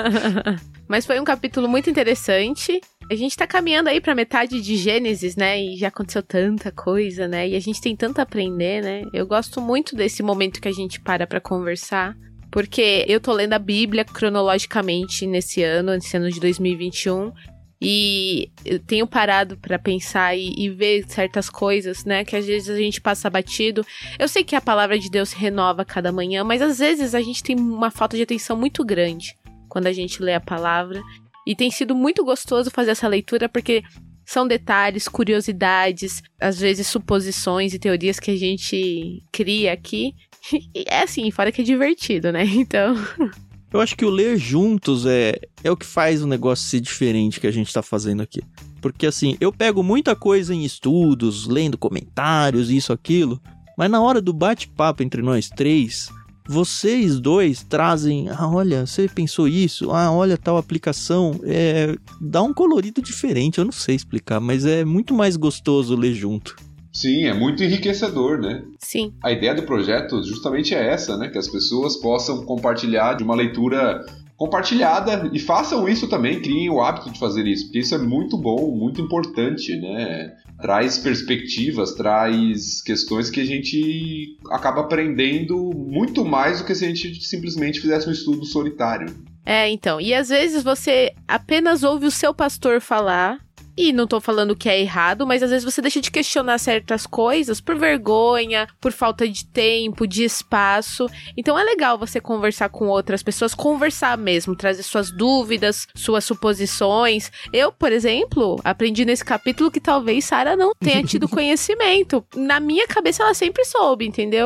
Mas foi um capítulo muito interessante. A gente tá caminhando aí pra metade de Gênesis, né? E já aconteceu tanta coisa, né? E a gente tem tanto a aprender, né? Eu gosto muito desse momento que a gente para pra conversar. Porque eu tô lendo a Bíblia cronologicamente nesse ano, nesse ano de dois mil e vinte e um. E eu tenho parado pra pensar e, e ver certas coisas, né? Que às vezes a gente passa batido. Eu sei que a palavra de Deus se renova a cada manhã, mas às vezes a gente tem uma falta de atenção muito grande quando a gente lê a palavra. E tem sido muito gostoso fazer essa leitura porque são detalhes, curiosidades, às vezes suposições e teorias que a gente cria aqui. E é assim, fora que é divertido, né? Então... Eu acho que o ler juntos é, é o que faz o negócio ser diferente que a gente tá fazendo aqui. Porque assim, eu pego muita coisa em estudos, lendo comentários, isso, aquilo, mas na hora do bate-papo entre nós três, vocês dois trazem, ah, olha, você pensou isso, ah, olha tal aplicação, é, dá um colorido diferente, eu não sei explicar, mas é muito mais gostoso ler junto. Sim, é muito enriquecedor, né? Sim. A ideia do projeto justamente é essa, né? Que as pessoas possam compartilhar de uma leitura compartilhada e façam isso também, criem o hábito de fazer isso, porque isso é muito bom, muito importante, né? Traz perspectivas, traz questões que a gente acaba aprendendo muito mais do que se a gente simplesmente fizesse um estudo solitário. É, então, e às vezes você apenas ouve o seu pastor falar... E não tô falando que é errado, mas às vezes você deixa de questionar certas coisas por vergonha, por falta de tempo, de espaço. Então é legal você conversar com outras pessoas, conversar mesmo, trazer suas dúvidas, suas suposições. Eu, por exemplo, aprendi nesse capítulo que talvez Sara não tenha tido conhecimento. Na minha cabeça ela sempre soube, entendeu?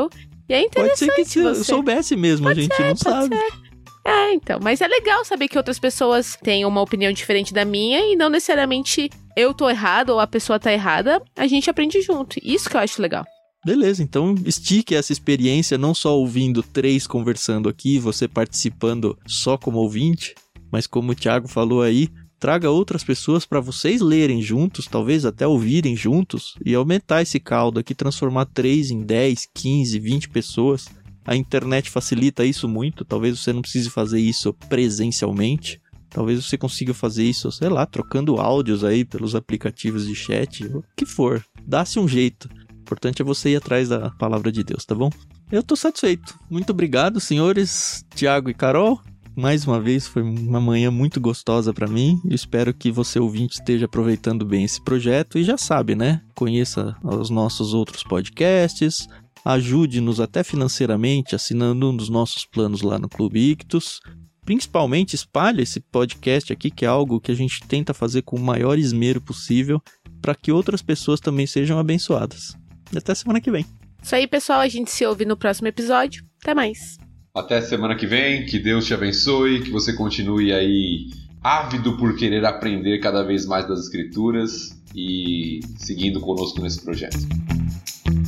E é interessante. Pode ser que se você... soubesse mesmo, pode a gente ser, não sabe. Ser. É, então. Mas é legal saber que outras pessoas têm uma opinião diferente da minha e não necessariamente eu tô errado ou a pessoa tá errada. A gente aprende junto. Isso que eu acho legal. Beleza, então estique essa experiência, não só ouvindo três conversando aqui, você participando só como ouvinte, mas como o Thiago falou aí, traga outras pessoas para vocês lerem juntos, talvez até ouvirem juntos, e aumentar esse caldo aqui, transformar três em dez, quinze, vinte pessoas. A internet facilita isso muito, talvez você não precise fazer isso presencialmente, talvez você consiga fazer isso, sei lá, trocando áudios aí pelos aplicativos de chat, o que for, dá-se um jeito. O importante é você ir atrás da palavra de Deus, tá bom? Eu tô satisfeito. Muito obrigado, senhores Thiago e Carol. Mais uma vez, foi uma manhã muito gostosa pra mim. Eu espero que você, ouvinte, esteja aproveitando bem esse projeto. E já sabe, né? Conheça os nossos outros podcasts. Ajude-nos até financeiramente assinando um dos nossos planos lá no Clube Ictus. Principalmente, espalhe esse podcast aqui, que é algo que a gente tenta fazer com o maior esmero possível, para que outras pessoas também sejam abençoadas. E até semana que vem. Isso aí, pessoal. A gente se ouve no próximo episódio. Até mais. Até semana que vem. Que Deus te abençoe. Que você continue aí ávido por querer aprender cada vez mais das Escrituras e seguindo conosco nesse projeto.